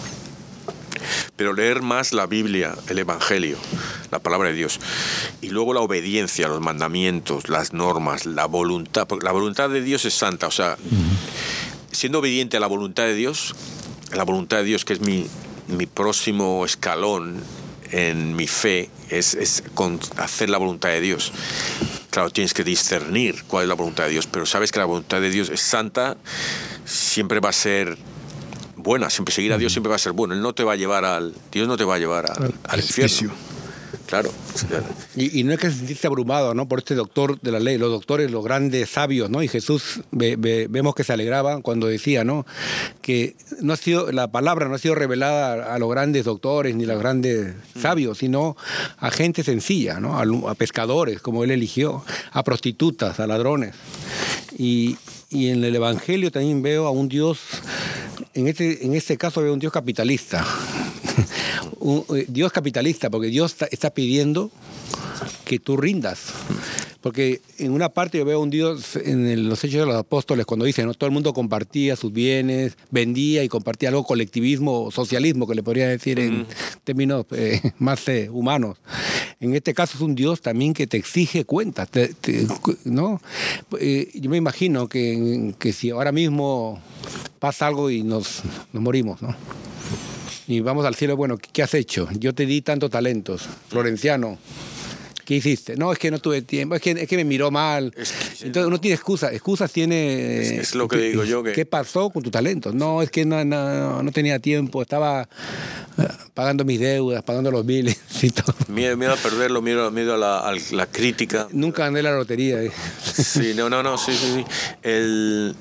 Pero leer más la Biblia, el Evangelio, la palabra de Dios, y luego la obediencia, los mandamientos, las normas, la voluntad, porque la voluntad de Dios es santa, o sea, siendo obediente a la voluntad de Dios, la voluntad de Dios que es mi, mi próximo escalón en mi fe es, es con hacer la voluntad de Dios. Claro, tienes que discernir cuál es la voluntad de Dios, pero sabes que la voluntad de Dios es santa, siempre va a ser buena, siempre seguir a Dios siempre va a ser bueno. Él no te va a llevar al... Dios no te va a llevar al, al, al infierno. Claro. Y, y no es que se sentiste abrumado, ¿no? Por este doctor de la ley, los doctores, los grandes sabios, ¿no? Y Jesús ve, ve, vemos que se alegraba cuando decía, ¿no? Que no ha sido, la palabra no ha sido revelada a, a los grandes doctores ni a los grandes sabios, sino a gente sencilla, ¿no? A, a pescadores, como él eligió, a prostitutas, a ladrones. Y, y en el Evangelio también veo a un Dios, en este, en este caso veo un Dios capitalista. Un Dios capitalista, porque Dios está, está pidiendo que tú rindas. Porque en una parte yo veo un Dios en el, los Hechos de los Apóstoles cuando dice, ¿no? Todo el mundo compartía sus bienes, vendía y compartía algo, colectivismo, socialismo, que le podría decir en mm. términos eh, más eh, humanos. En este caso es un Dios también que te exige cuentas, te, te, ¿no? Eh, yo me imagino que, que si ahora mismo pasa algo y nos, nos morimos, ¿no? Y vamos al cielo, bueno, ¿qué has hecho? Yo te di tantos talentos. Florenciano, ¿qué hiciste? No, es que no tuve tiempo, es que, es que me miró mal. Es que, Entonces uno tiene excusas, excusas tiene... Es, es lo que ¿qué, digo yo. Que... ¿Qué pasó con tu talento? No, es que no, no, no tenía tiempo, estaba pagando mis deudas, pagando los biles y todo. Miedo, miedo a perderlo, miedo, miedo a, la, a la crítica. Nunca gané la lotería. Eh. Sí, no, no, no, sí, sí, sí. El...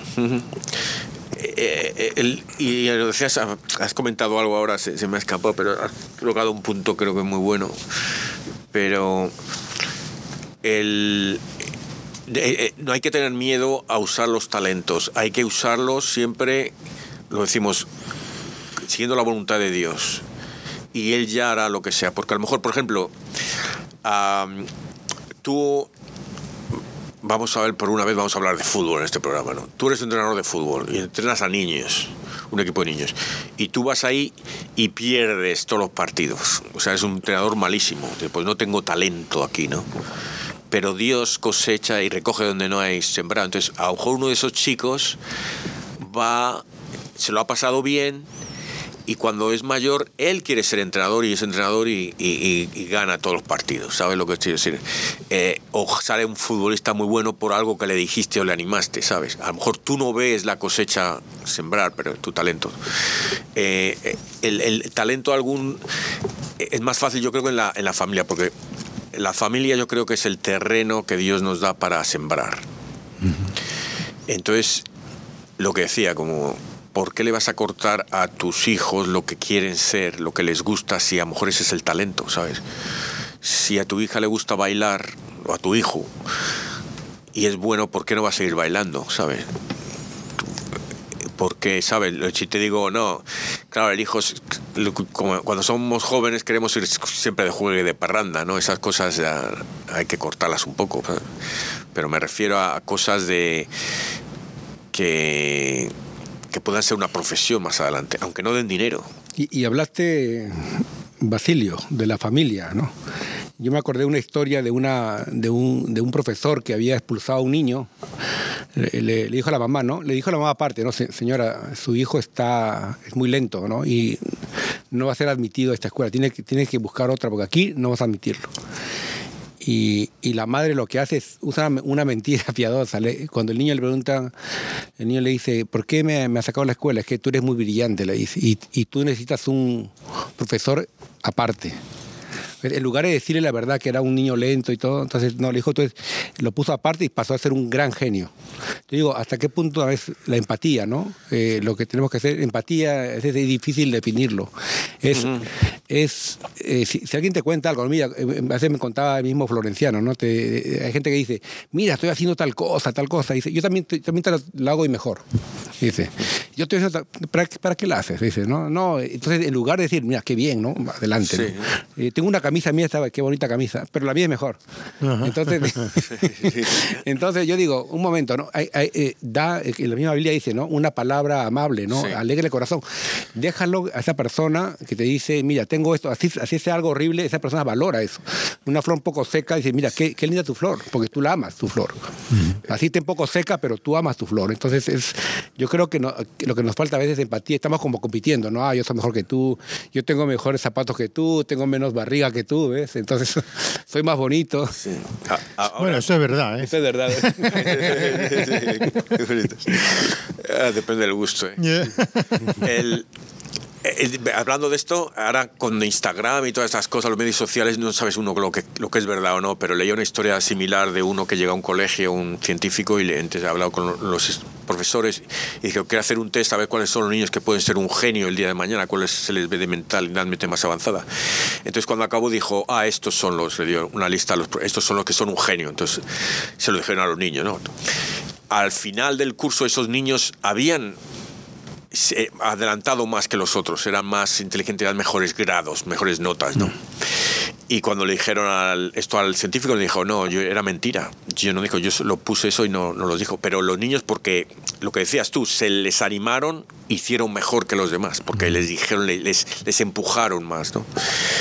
Eh, el, y lo decías, has comentado algo ahora, se, se me ha escapado, pero has colocado un punto creo que muy bueno. Pero el, eh, eh, no hay que tener miedo a usar los talentos, hay que usarlos siempre, lo decimos, siguiendo la voluntad de Dios. Y Él ya hará lo que sea, porque a lo mejor, por ejemplo, um, tú... Vamos a ver, por una vez vamos a hablar de fútbol en este programa, ¿no? Tú eres entrenador de fútbol y entrenas a niños, un equipo de niños, y tú vas ahí y pierdes todos los partidos. O sea, eres un entrenador malísimo. Pues no tengo talento aquí, ¿no? Pero Dios cosecha y recoge donde no hay sembrado. Entonces, a lo mejor uno de esos chicos va, se lo ha pasado bien, y cuando es mayor, él quiere ser entrenador y es entrenador y, y, y, y gana todos los partidos. ¿Sabes lo que quiero decir? Eh, o sale un futbolista muy bueno por algo que le dijiste o le animaste, ¿sabes? A lo mejor tú no ves la cosecha sembrar, pero tu talento. Eh, el, el talento algún es más fácil, yo creo, que en la, en la familia, porque la familia yo creo que es el terreno que Dios nos da para sembrar. Uh-huh. Entonces, lo que decía, como... ¿Por qué le vas a cortar a tus hijos lo que quieren ser, lo que les gusta, si a lo mejor ese es el talento, ¿sabes? Si a tu hija le gusta bailar, o a tu hijo, y es bueno, ¿por qué no va a seguir bailando, ¿sabes? Porque, ¿sabes? Si te digo, no, claro, el hijo, como cuando somos jóvenes queremos ir siempre de juego y de parranda, ¿no? Esas cosas ya hay que cortarlas un poco, ¿sabes? Pero me refiero a cosas de que... que puedan ser una profesión más adelante, aunque no den dinero. Y, y hablaste, Basilio, de la familia, ¿no? Yo me acordé de una historia de, una, de, un, de un profesor que había expulsado a un niño. Le, le, le dijo a la mamá, ¿no? Le dijo a la mamá aparte, ¿no? Señora, su hijo está, es muy lento, ¿no? Y no va a ser admitido a esta escuela. Tiene que, tiene que buscar otra, porque aquí no vas a admitirlo. Y, y la madre lo que hace es usa una mentira piadosa. Le, cuando el niño le pregunta, el niño le dice, ¿por qué me, me has sacado de la escuela? Es que tú eres muy brillante, le dice, y, y tú necesitas un profesor aparte. En lugar de decirle la verdad que era un niño lento y todo, entonces no, le dijo, entonces lo puso aparte y pasó a ser un gran genio. Yo digo, ¿hasta qué punto es la empatía, no? Eh, lo que tenemos que hacer, empatía, es, es difícil definirlo. Es, uh-huh. es eh, si, si alguien te cuenta algo, mira, a veces me contaba el mismo Florenciano, ¿no? Te, hay gente que dice, mira, estoy haciendo tal cosa, tal cosa. Dice, yo también, también te lo hago y mejor. Dice, yo estoy haciendo, ¿para, ¿para qué la haces? Dice, no, no. Entonces, en lugar de decir, mira, qué bien, ¿no? Adelante. Sí. ¿no? Eh, tengo una camisa mía, estaba, qué bonita camisa, pero la mía es mejor. Uh-huh. Entonces, entonces yo digo, un momento, ¿no? Hay, hay, eh, da, eh, la misma Biblia dice, ¿no? Una palabra amable, ¿no? Sí. Alegre el corazón. Déjalo a esa persona que te dice, mira, tengo esto, así, así sea algo horrible, esa persona valora eso. Una flor un poco seca, dice, mira, qué, qué linda tu flor, porque tú la amas, tu flor. Uh-huh. Así está un poco seca, pero tú amas tu flor. Entonces, es, yo creo que, no, que lo que nos falta a veces es empatía. Estamos como compitiendo, ¿no? Ah, yo soy mejor que tú, yo tengo mejores zapatos que tú, tengo menos barriga que tú, ¿ves? Entonces, soy más bonito. Sí. A, ahora, bueno, eso es verdad, ¿eh? Eso es verdad. ¿eh? Depende del gusto, ¿eh? Yeah. El... Hablando de esto, ahora con Instagram y todas estas cosas, los medios sociales, no sabes uno lo que, lo que es verdad o no, pero leí una historia similar de uno que llega a un colegio, un científico, y le, entonces ha hablado con los profesores y dijo que quiere hacer un test a ver cuáles son los niños que pueden ser un genio el día de mañana, cuáles se les ve de mentalidad más avanzada. Entonces cuando acabó dijo, ah, estos son los, le dio una lista, los, estos son los que son un genio. Entonces se lo dijeron a los niños, ¿no? Al final del curso esos niños habían adelantado más que los otros, eran más inteligentes, eran mejores grados, mejores notas, ¿no? Y cuando le dijeron al, esto al científico, le dijo, no, yo, era mentira. Yo no dijo, yo lo puse eso y no, no lo dijo. Pero los niños, porque lo que decías tú, se les animaron, hicieron mejor que los demás, porque les dijeron, les, les empujaron más, ¿no?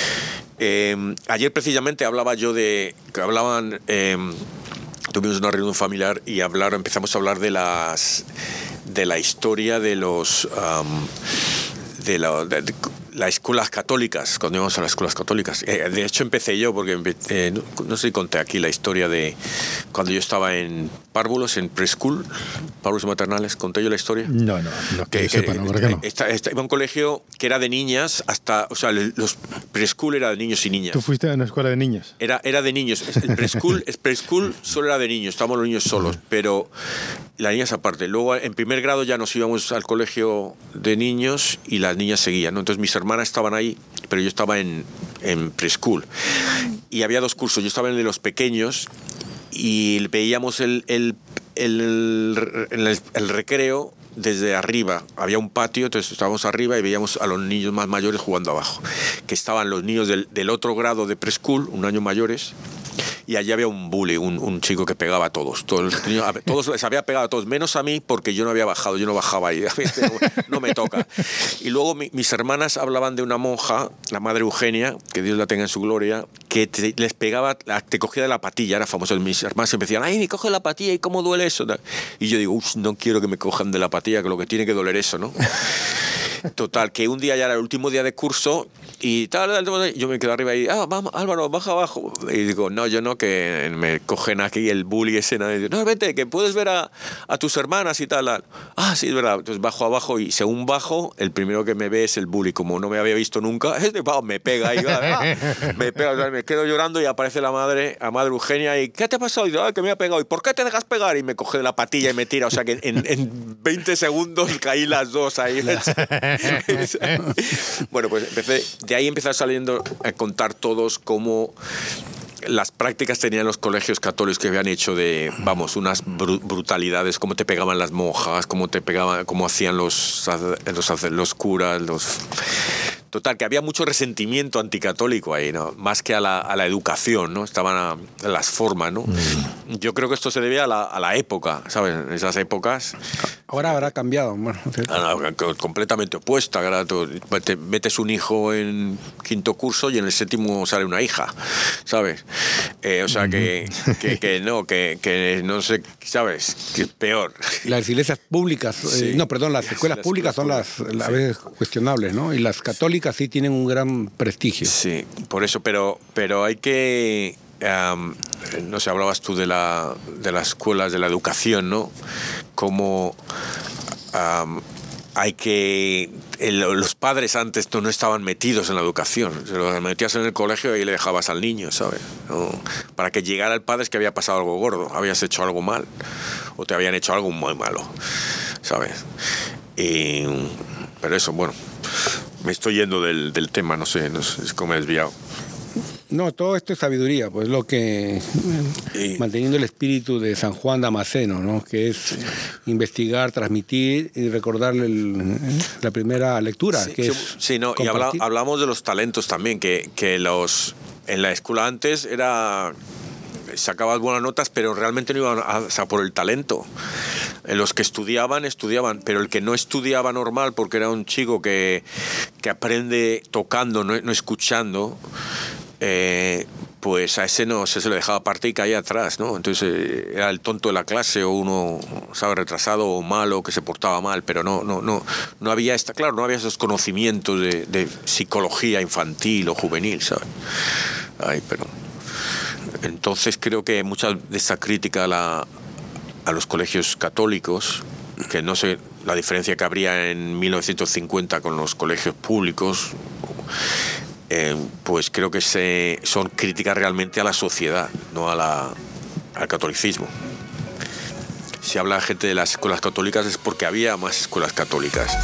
Eh, ayer precisamente hablaba yo de, que hablaban, eh, tuvimos una reunión familiar y hablaron, empezamos a hablar de las de la historia de los um, de, la, de, de las escuelas católicas, cuando íbamos a las escuelas católicas. Eh, de hecho empecé yo, porque eh, no, no sé si conté aquí la historia de cuando yo estaba en párvulos, en preschool, párvulos maternales, ¿conté yo la historia? No, no, no que, que sepa, no, ¿por qué no? Esta, esta, iba a un colegio que era de niñas hasta, o sea, los preschool era de niños y niñas. ¿Tú fuiste a una escuela de niños? Era, era de niños. El preschool, el preschool solo era de niños, estábamos los niños solos, pero las niñas aparte. Luego en primer grado ya nos íbamos al colegio de niños y las niñas seguían, ¿no? Entonces mis hermanas estaban ahí, pero yo estaba en, en preschool. Y había dos cursos. Yo estaba en el de los pequeños y veíamos el, el, el, el, el recreo desde arriba. Había un patio, entonces estábamos arriba y veíamos a los niños más mayores jugando abajo. Que estaban los niños del, del otro grado de preschool, un año mayores. Y allí había un bully, un, un chico que pegaba a todos. Todos, todos les había pegado a todos, menos a mí, porque yo no había bajado, yo no bajaba ahí. No me toca. Y luego mi, mis hermanas hablaban de una monja, la madre Eugenia, que Dios la tenga en su gloria, que te, les pegaba, te cogía de la patilla, era famoso. Mis hermanas siempre decían, ay, me coge la patilla, ¿y cómo duele eso? Y yo digo, uff, no quiero que me cojan de la patilla, que lo que tiene que doler eso, ¿no? Total, que un día ya era el último día de curso y tal, yo me quedo arriba y, ah, vamos, Álvaro, baja abajo. Y digo, no, yo no, que me cogen aquí el bully ese. ¿No? Y digo, no, vete, que puedes ver a, a tus hermanas y tal, tal. Ah, sí, es verdad. Entonces bajo abajo y según bajo, el primero que me ve es el bully. Como no me había visto nunca, este pavo me pega y ah, me pega, o sea, me quedo llorando y aparece la madre, a madre Eugenia y, ¿qué te ha pasado? Y digo, ah, que me ha pegado. ¿Y por qué te dejas pegar? Y me coge de la patilla y me tira. O sea que en, en veinte segundos caí las dos ahí. Bueno, pues empecé, de ahí empezó saliendo a contar todos cómo las prácticas tenían los colegios católicos que habían hecho de, vamos, unas br brutalidades, cómo te pegaban las monjas, cómo te pegaban, cómo hacían los, los, los curas, los... Total, que había mucho resentimiento anticatólico ahí, ¿no? Más que a la, a la educación, ¿no? Estaban a, a las formas, ¿no? Mm. Yo creo que esto se debía a la, a la época, ¿sabes? En esas épocas... Ahora habrá cambiado. Bueno, completamente opuesta. Te metes un hijo en quinto curso y en el séptimo sale una hija, ¿sabes? Eh, o sea, que, que, que no, que, que no sé, ¿sabes? Que es peor. Las iglesias públicas, sí. eh, no, perdón, las escuelas las públicas son las, las a veces cuestionables, ¿no? Y las católicas sí tienen un gran prestigio. Sí, por eso, pero, pero hay que... Um, no sé, hablabas tú de, la, de las escuelas, de la educación, ¿no? Cómo um, hay que... El, los padres antes no, no estaban metidos en la educación. Se los metías en el colegio y le dejabas al niño, ¿sabes? ¿No? Para que llegara el padre es que había pasado algo gordo, habías hecho algo mal o te habían hecho algo muy malo, ¿sabes? Y, pero eso, bueno, me estoy yendo del, del tema, no sé, no sé, es como me he desviado. No, todo esto es sabiduría, pues lo que y, manteniendo el espíritu de San Juan Damasceno, ¿no? Que es sí. investigar, transmitir y recordarle el, la primera lectura. Sí, que sí, es sí no, y habla, hablamos de los talentos también, que, que los en la escuela antes era sacabas buenas notas, pero realmente no iban a, o sea, por el talento. Los que estudiaban, estudiaban, pero el que no estudiaba normal, porque era un chico que, que aprende tocando, no, no escuchando, Eh, pues a ese no se, se le dejaba aparte y caía atrás, ¿no? Entonces eh, era el tonto de la clase o uno, ¿sabes?, retrasado o malo, que se portaba mal, pero no, no, no, no había esta, claro, no había esos conocimientos de, de psicología infantil o juvenil, ¿sabes? Ay, pero entonces creo que mucha de esta crítica a, la, a los colegios católicos, que no sé la diferencia que habría en mil novecientos cincuenta con los colegios públicos, eh, pues creo que se, son críticas realmente a la sociedad, no a la, al catolicismo. Si habla gente de las escuelas católicas es porque había más escuelas católicas.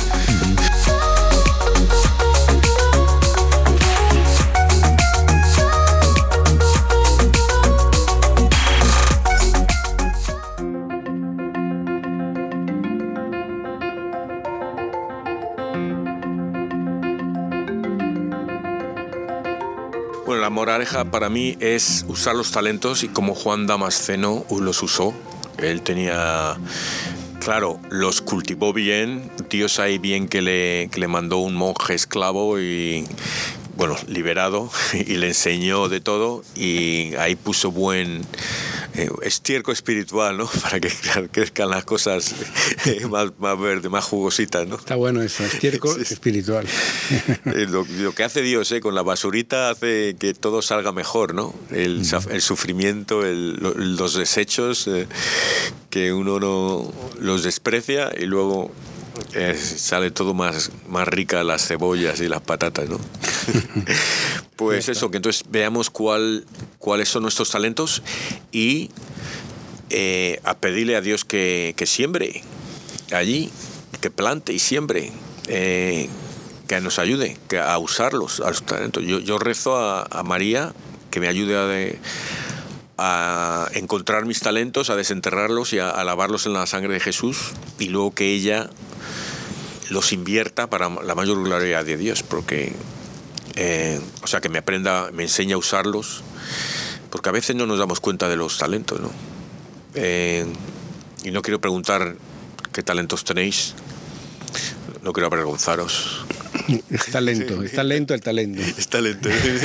Bueno, la moraleja para mí es usar los talentos y como Juan Damasceno los usó. Él tenía, claro, los cultivó bien. Dios ahí bien que le, que le mandó un monje esclavo y, bueno, liberado, y le enseñó de todo y ahí puso buen eh, estiércol espiritual, ¿no? Para que claro, crezcan las cosas eh, más, más verdes, más jugositas, ¿no? Está bueno eso, estiércol sí. espiritual. Lo, lo que hace Dios, ¿eh? Con la basurita hace que todo salga mejor, ¿no? El, mm. el sufrimiento, el, los desechos, eh, que uno no los desprecia y luego eh, sale todo más, más rica, las cebollas y las patatas, ¿no? Pues eso, que entonces veamos cuál, cuáles son nuestros talentos y eh, a pedirle a Dios que, que siembre allí, que plante y siembre, eh, que nos ayude que a usarlos, a los talentos. Yo, yo rezo a, a María que me ayude a, de, a encontrar mis talentos, a desenterrarlos y a, a lavarlos en la sangre de Jesús y luego que ella los invierta para la mayor gloria de Dios, porque Eh, o sea, que me aprenda, me enseñe a usarlos, porque a veces no nos damos cuenta de los talentos, ¿no? Eh, y no quiero preguntar qué talentos tenéis, no quiero avergonzaros. Es talento, está lento el talento. Es talento.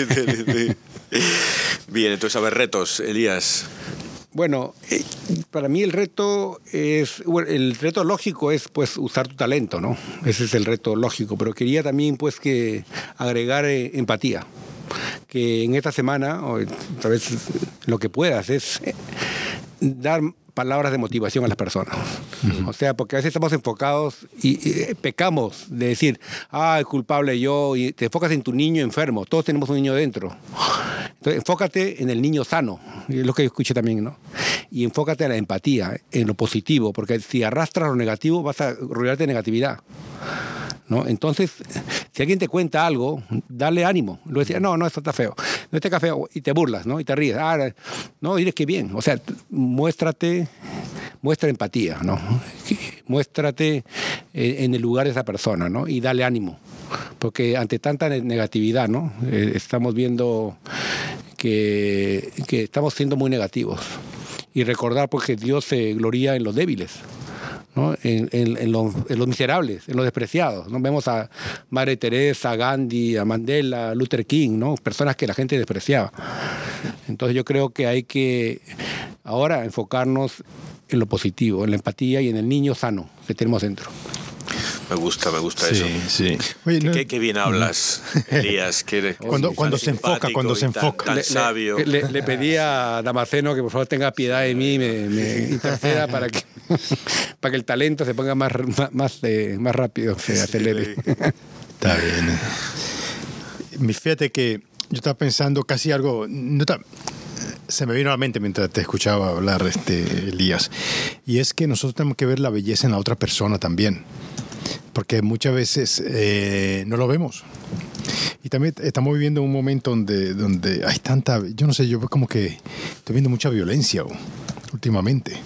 Bien, entonces, a ver, retos, Elías. Bueno, eh, para mí el reto es, bueno, el reto lógico es pues usar tu talento, ¿no? Ese es el reto lógico, pero quería también pues que agregar eh, empatía, que en esta semana, o tal vez lo que puedas es eh, dar palabras de motivación a las personas. Uh-huh. O sea, porque a veces estamos enfocados y, y pecamos de decir, ah, el culpable yo, y te enfocas en tu niño enfermo, todos tenemos un niño dentro. Entonces, enfócate en el niño sano, es lo que yo escuché también, ¿no? Y enfócate en la empatía, en lo positivo, porque si arrastras lo negativo vas a rodearte de negatividad, ¿no? Entonces, si alguien te cuenta algo, dale ánimo. Lo decía, no, no, esto está feo. No está feo. Y te burlas, ¿no? Y te ríes. Ah, no, diles que bien. O sea, muéstrate, muestra empatía, ¿no? Muéstrate en el lugar de esa persona, ¿no? Y dale ánimo. Porque ante tanta negatividad, ¿no? Eh, estamos viendo que, que estamos siendo muy negativos. Y recordar, pues, que Dios se gloria en los débiles, ¿no? En, en, en, los, en los miserables, en los despreciados, ¿no? Vemos a Madre Teresa, a Gandhi, a Mandela, a Luther King, ¿no? Personas que la gente despreciaba. Entonces yo creo que hay que ahora enfocarnos en lo positivo, en la empatía y en el niño sano que tenemos dentro. Me gusta, me gusta sí, eso. Sí. Oye, ¿Qué, no, qué, qué bien hablas, Elías. Que cuando cuando se enfoca, cuando se enfoca. Tan, tan le, sabio. Le, le, le pedí a Damasceno que por favor tenga piedad de mí y me, me interceda para que, para que el talento se ponga más, más, más, eh, más rápido, se acelere. Está bien. Fíjate que yo estaba pensando casi algo... No está, se me vino a la mente mientras te escuchaba hablar, este, Elías. Y es que nosotros tenemos que ver la belleza en la otra persona también. Porque muchas veces eh, no lo vemos. Y también estamos viviendo un momento donde, donde hay tanta... Yo no sé, yo como que estoy viendo mucha violencia oh, últimamente.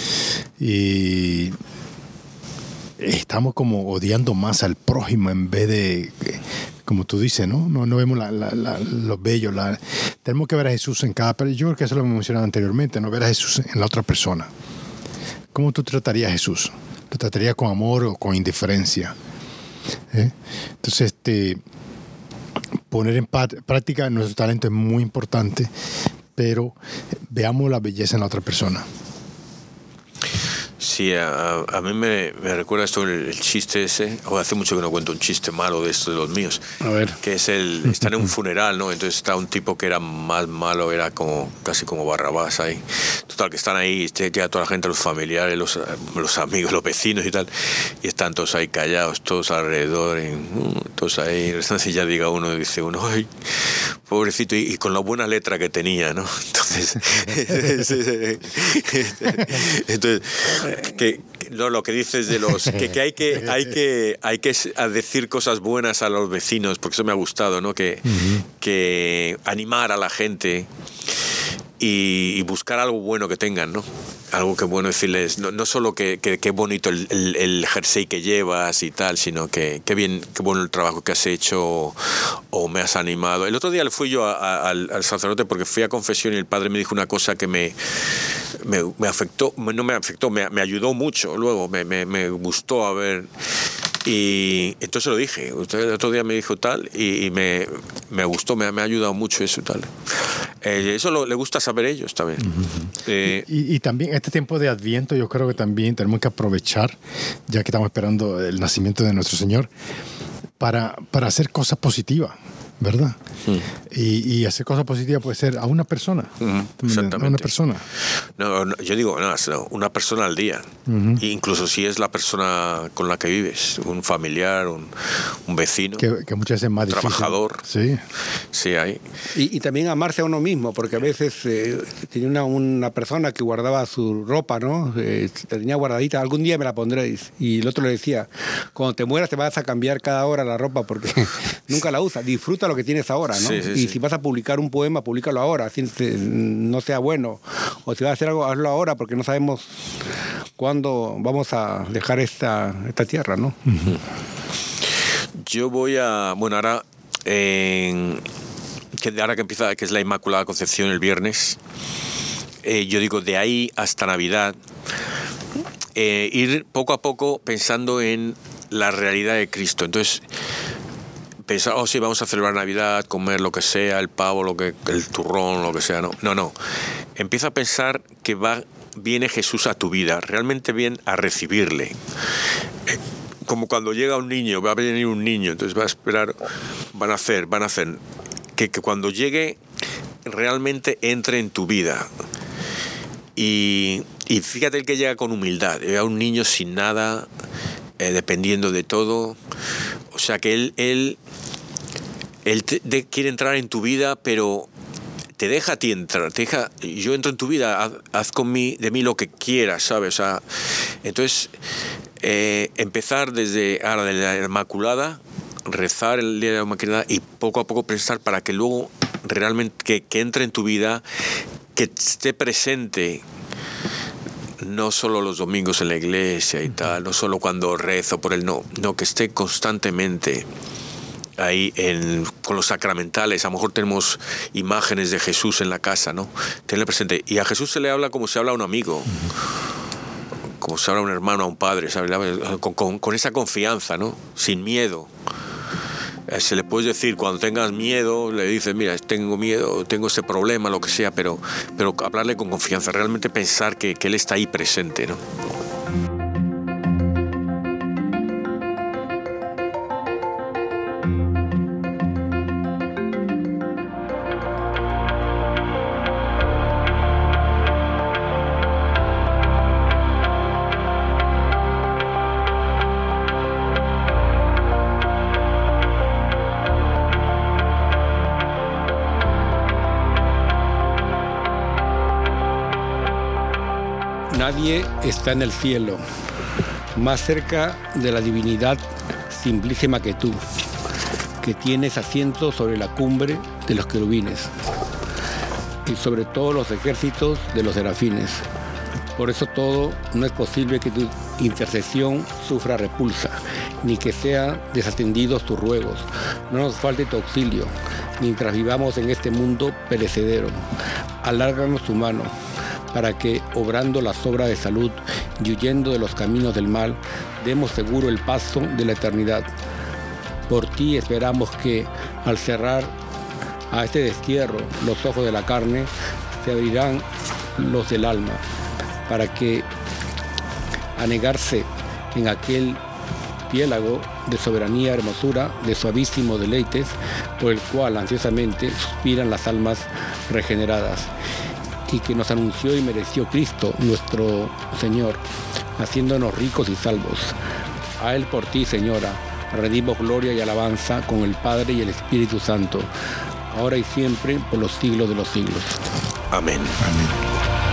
Y estamos como odiando más al prójimo en vez de... Como tú dices, ¿no? No, no vemos la, la, la, lo bello. La, tenemos que ver a Jesús en cada... Pero yo creo que eso lo hemos mencionado anteriormente, no ver a Jesús en la otra persona. ¿Cómo tú tratarías a Jesús? ¿Lo trataría con amor o con indiferencia? ¿Eh? Entonces, este, poner en práctica nuestro talento es muy importante, pero veamos la belleza en la otra persona. Sí, a, a mí me, me recuerda esto el, el chiste ese, o hace mucho que no cuento un chiste malo de estos de los míos, a ver. Que es el, están en un funeral, ¿no? Entonces está un tipo que era más malo, era como casi como Barrabás ahí. Total, que están ahí, llega toda la gente, los familiares, los, los amigos, los vecinos y tal, y están todos ahí callados, todos alrededor, y, todos ahí, y ya diga uno, dice uno, ay, pobrecito, y, y con la buena letra que tenía, ¿no? Entonces, entonces que lo, lo que dices de los que, que hay que hay que hay que decir cosas buenas a los vecinos, porque eso me ha gustado, ¿no? Que, uh-huh. que animar a la gente y, y buscar algo bueno que tengan, ¿no? Algo que bueno decirles, no, no solo que, que, que bonito el, el, el jersey que llevas y tal, sino que, que bien, qué bueno el trabajo que has hecho o, o me has animado. El otro día le fui yo a, a, al, al sacerdote porque fui a confesión y el padre me dijo una cosa que me, me, me afectó, no me afectó, me, me ayudó mucho luego, me, me, me gustó a ver. Y entonces lo dije, el otro día me dijo tal y, y me, me gustó, me, me ha ayudado mucho eso y tal. Eh, eso lo, le gusta saber ellos también. Uh-huh. eh, y, y también este tiempo de Adviento yo creo que también tenemos que aprovechar, ya que estamos esperando el nacimiento de nuestro Señor, para, para hacer cosas positivas, ¿verdad? Hmm. Y, y hacer cosas positivas puede ser a una persona. Uh-huh. Exactamente. A una persona. No, no, yo digo, no, una persona al día. Uh-huh. Incluso si es la persona con la que vives, un familiar, un, un vecino. Que, que muchas veces es más difícil. Trabajador. Sí. Sí, hay. Y, y también amarse a uno mismo, porque a veces eh, tenía una, una persona que guardaba su ropa, ¿no? Eh, tenía guardadita, algún día me la pondréis. Y el otro le decía, cuando te mueras te vas a cambiar cada hora la ropa porque nunca la usas. Disfruta lo que tienes ahora, ¿no? Sí, sí, y sí. si vas a publicar un poema, públicalo ahora, así no sea bueno. O si vas a hacer algo, hazlo ahora, porque no sabemos cuándo vamos a dejar esta, esta tierra, ¿no? Uh-huh. Yo voy a... Bueno, ahora... Eh, que ahora que empieza, que es la Inmaculada Concepción el viernes, eh, yo digo, de ahí hasta Navidad, eh, ir poco a poco pensando en la realidad de Cristo. Entonces... pensar, oh sí, vamos a celebrar Navidad, comer lo que sea, el pavo, lo que, el turrón, lo que sea, no, no, no. Empieza a pensar que va, viene Jesús a tu vida, realmente bien a recibirle. Eh, como cuando llega un niño, va a venir un niño, entonces va a esperar, van a hacer, van a hacer, que, que cuando llegue realmente entre en tu vida. Y, y fíjate el que llega con humildad, llega un niño sin nada, eh, dependiendo de todo. O sea que él, él, él te, de, quiere entrar en tu vida, pero te deja a ti entrar. Te deja, yo entro en tu vida, haz, haz con mí, de mí lo que quieras, ¿sabes? O sea, entonces, eh, empezar desde ahora de la Inmaculada, rezar el día de la Inmaculada y poco a poco pensar para que luego realmente que, que entre en tu vida, que esté presente. No solo los domingos en la iglesia y tal, no solo cuando rezo por él, no, no, que esté constantemente ahí en, con los sacramentales. A lo mejor tenemos imágenes de Jesús en la casa, ¿no? Tenle presente. Y a Jesús se le habla como se habla a un amigo, como se habla a un hermano, a un padre, ¿sabes? Con, con, con esa confianza, ¿no? Sin miedo. Se le puede decir, cuando tengas miedo, le dices, mira, tengo miedo, tengo este problema, lo que sea, pero, pero hablarle con confianza, realmente pensar que, que Él está ahí presente, ¿no? Nadie está en el cielo más cerca de la divinidad simplísima que tú, que tienes asiento sobre la cumbre de los querubines y sobre todos los ejércitos de los serafines. Por eso todo no es posible que tu intercesión sufra repulsa, ni que sean desatendidos tus ruegos. No nos falte tu auxilio, mientras vivamos en este mundo perecedero. Alárganos tu mano, para que, obrando las obras de salud y huyendo de los caminos del mal, demos seguro el paso de la eternidad. Por ti esperamos que, Al cerrar a este destierro los ojos de la carne, se abrirán los del alma, para que anegarse en aquel piélago de soberanía, hermosura, de suavísimos deleites, por el cual ansiosamente suspiran las almas regeneradas, y que nos anunció y mereció Cristo, nuestro Señor, haciéndonos ricos y salvos. A Él por ti, Señora, redimos gloria y alabanza con el Padre y el Espíritu Santo, ahora y siempre, por los siglos de los siglos. Amén. Amén.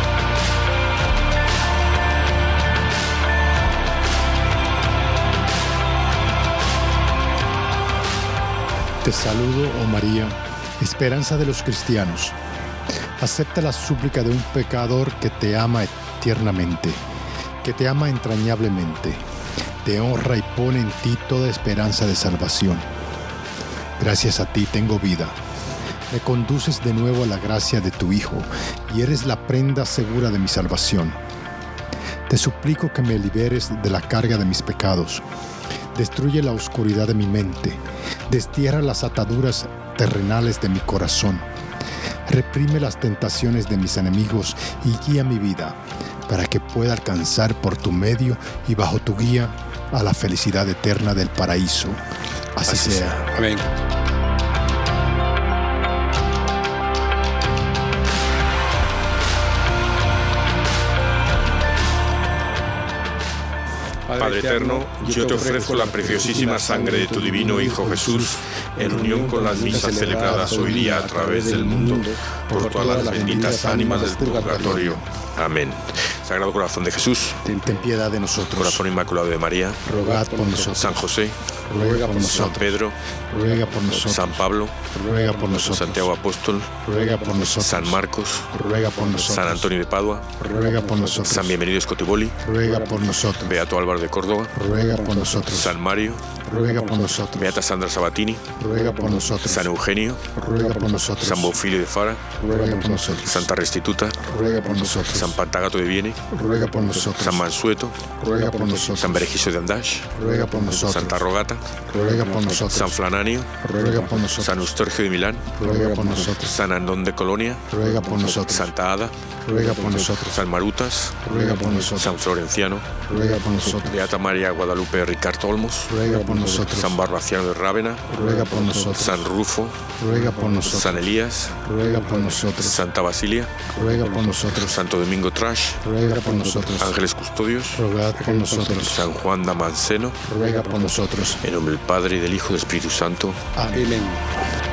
Te saludo, oh María, esperanza de los cristianos. Acepta la súplica de un pecador que te ama tiernamente, que te ama entrañablemente, te honra y pone en ti toda esperanza de salvación. Gracias a ti tengo vida. Me conduces de nuevo a la gracia de tu Hijo y eres la prenda segura de mi salvación. Te suplico que me liberes de la carga de mis pecados. Destruye la oscuridad de mi mente, destierra las ataduras terrenales de mi corazón, reprime las tentaciones de mis enemigos y guía mi vida para que pueda alcanzar por tu medio y bajo tu guía a la felicidad eterna del paraíso. Así, Así sea. sea. Amén. Padre eterno, yo te ofrezco la preciosísima sangre de tu divino Hijo Jesús, en unión con las misas celebradas hoy día a través del mundo, por todas las benditas ánimas del purgatorio. Amén. Sagrado Corazón de Jesús, ten piedad de nosotros. Corazón Inmaculado de María, rogad por nosotros. San José, ruega por nosotros. San Pedro, ruega por nosotros. San Pablo, ruega por nosotros. Santiago Apóstol, ruega por nosotros. San Marcos, ruega por nosotros. San Antonio de Padua, ruega por nosotros. San Bienvenido Scotiboli, ruega por nosotros. Beato Álvaro de Córdoba, ruega por nosotros. San Mario, ruega por nosotros. Beata Sandra Sabatini, ruega por nosotros. San Eugenio, ruega por nosotros. San Bonfilio de Fara, ruega por nosotros. Santa Restituta, ruega por nosotros. San Pantagato de Viene, ruega por nosotros. San Mansueto, ruega por nosotros. San Berejizo de Andash, ruega por nosotros. Santa Rogata, ruega por nosotros. San Flananio, ruega por nosotros. San Eustorgio de Milán, ruega por nosotros. San Andón de Colonia, ruega por nosotros. Santa Ada, ruega por nosotros. San Marutas, ruega por nosotros. San Florenciano, ruega por nosotros. Beata María Guadalupe Ricard Olmos, ruega por nosotros. San Barbaciano de Rávena, ruega por nosotros. San Rufo, ruega por nosotros. San Elías, ruega por nosotros. Santa Basilia, ruega por nosotros. Santo Domingo Trash, ruega por nosotros. Ángeles Custodios, rogad por nosotros. San Juan Damasceno, ruega por nosotros. en nombre del Padre y del Hijo y del Espíritu Santo. Amén. Amén.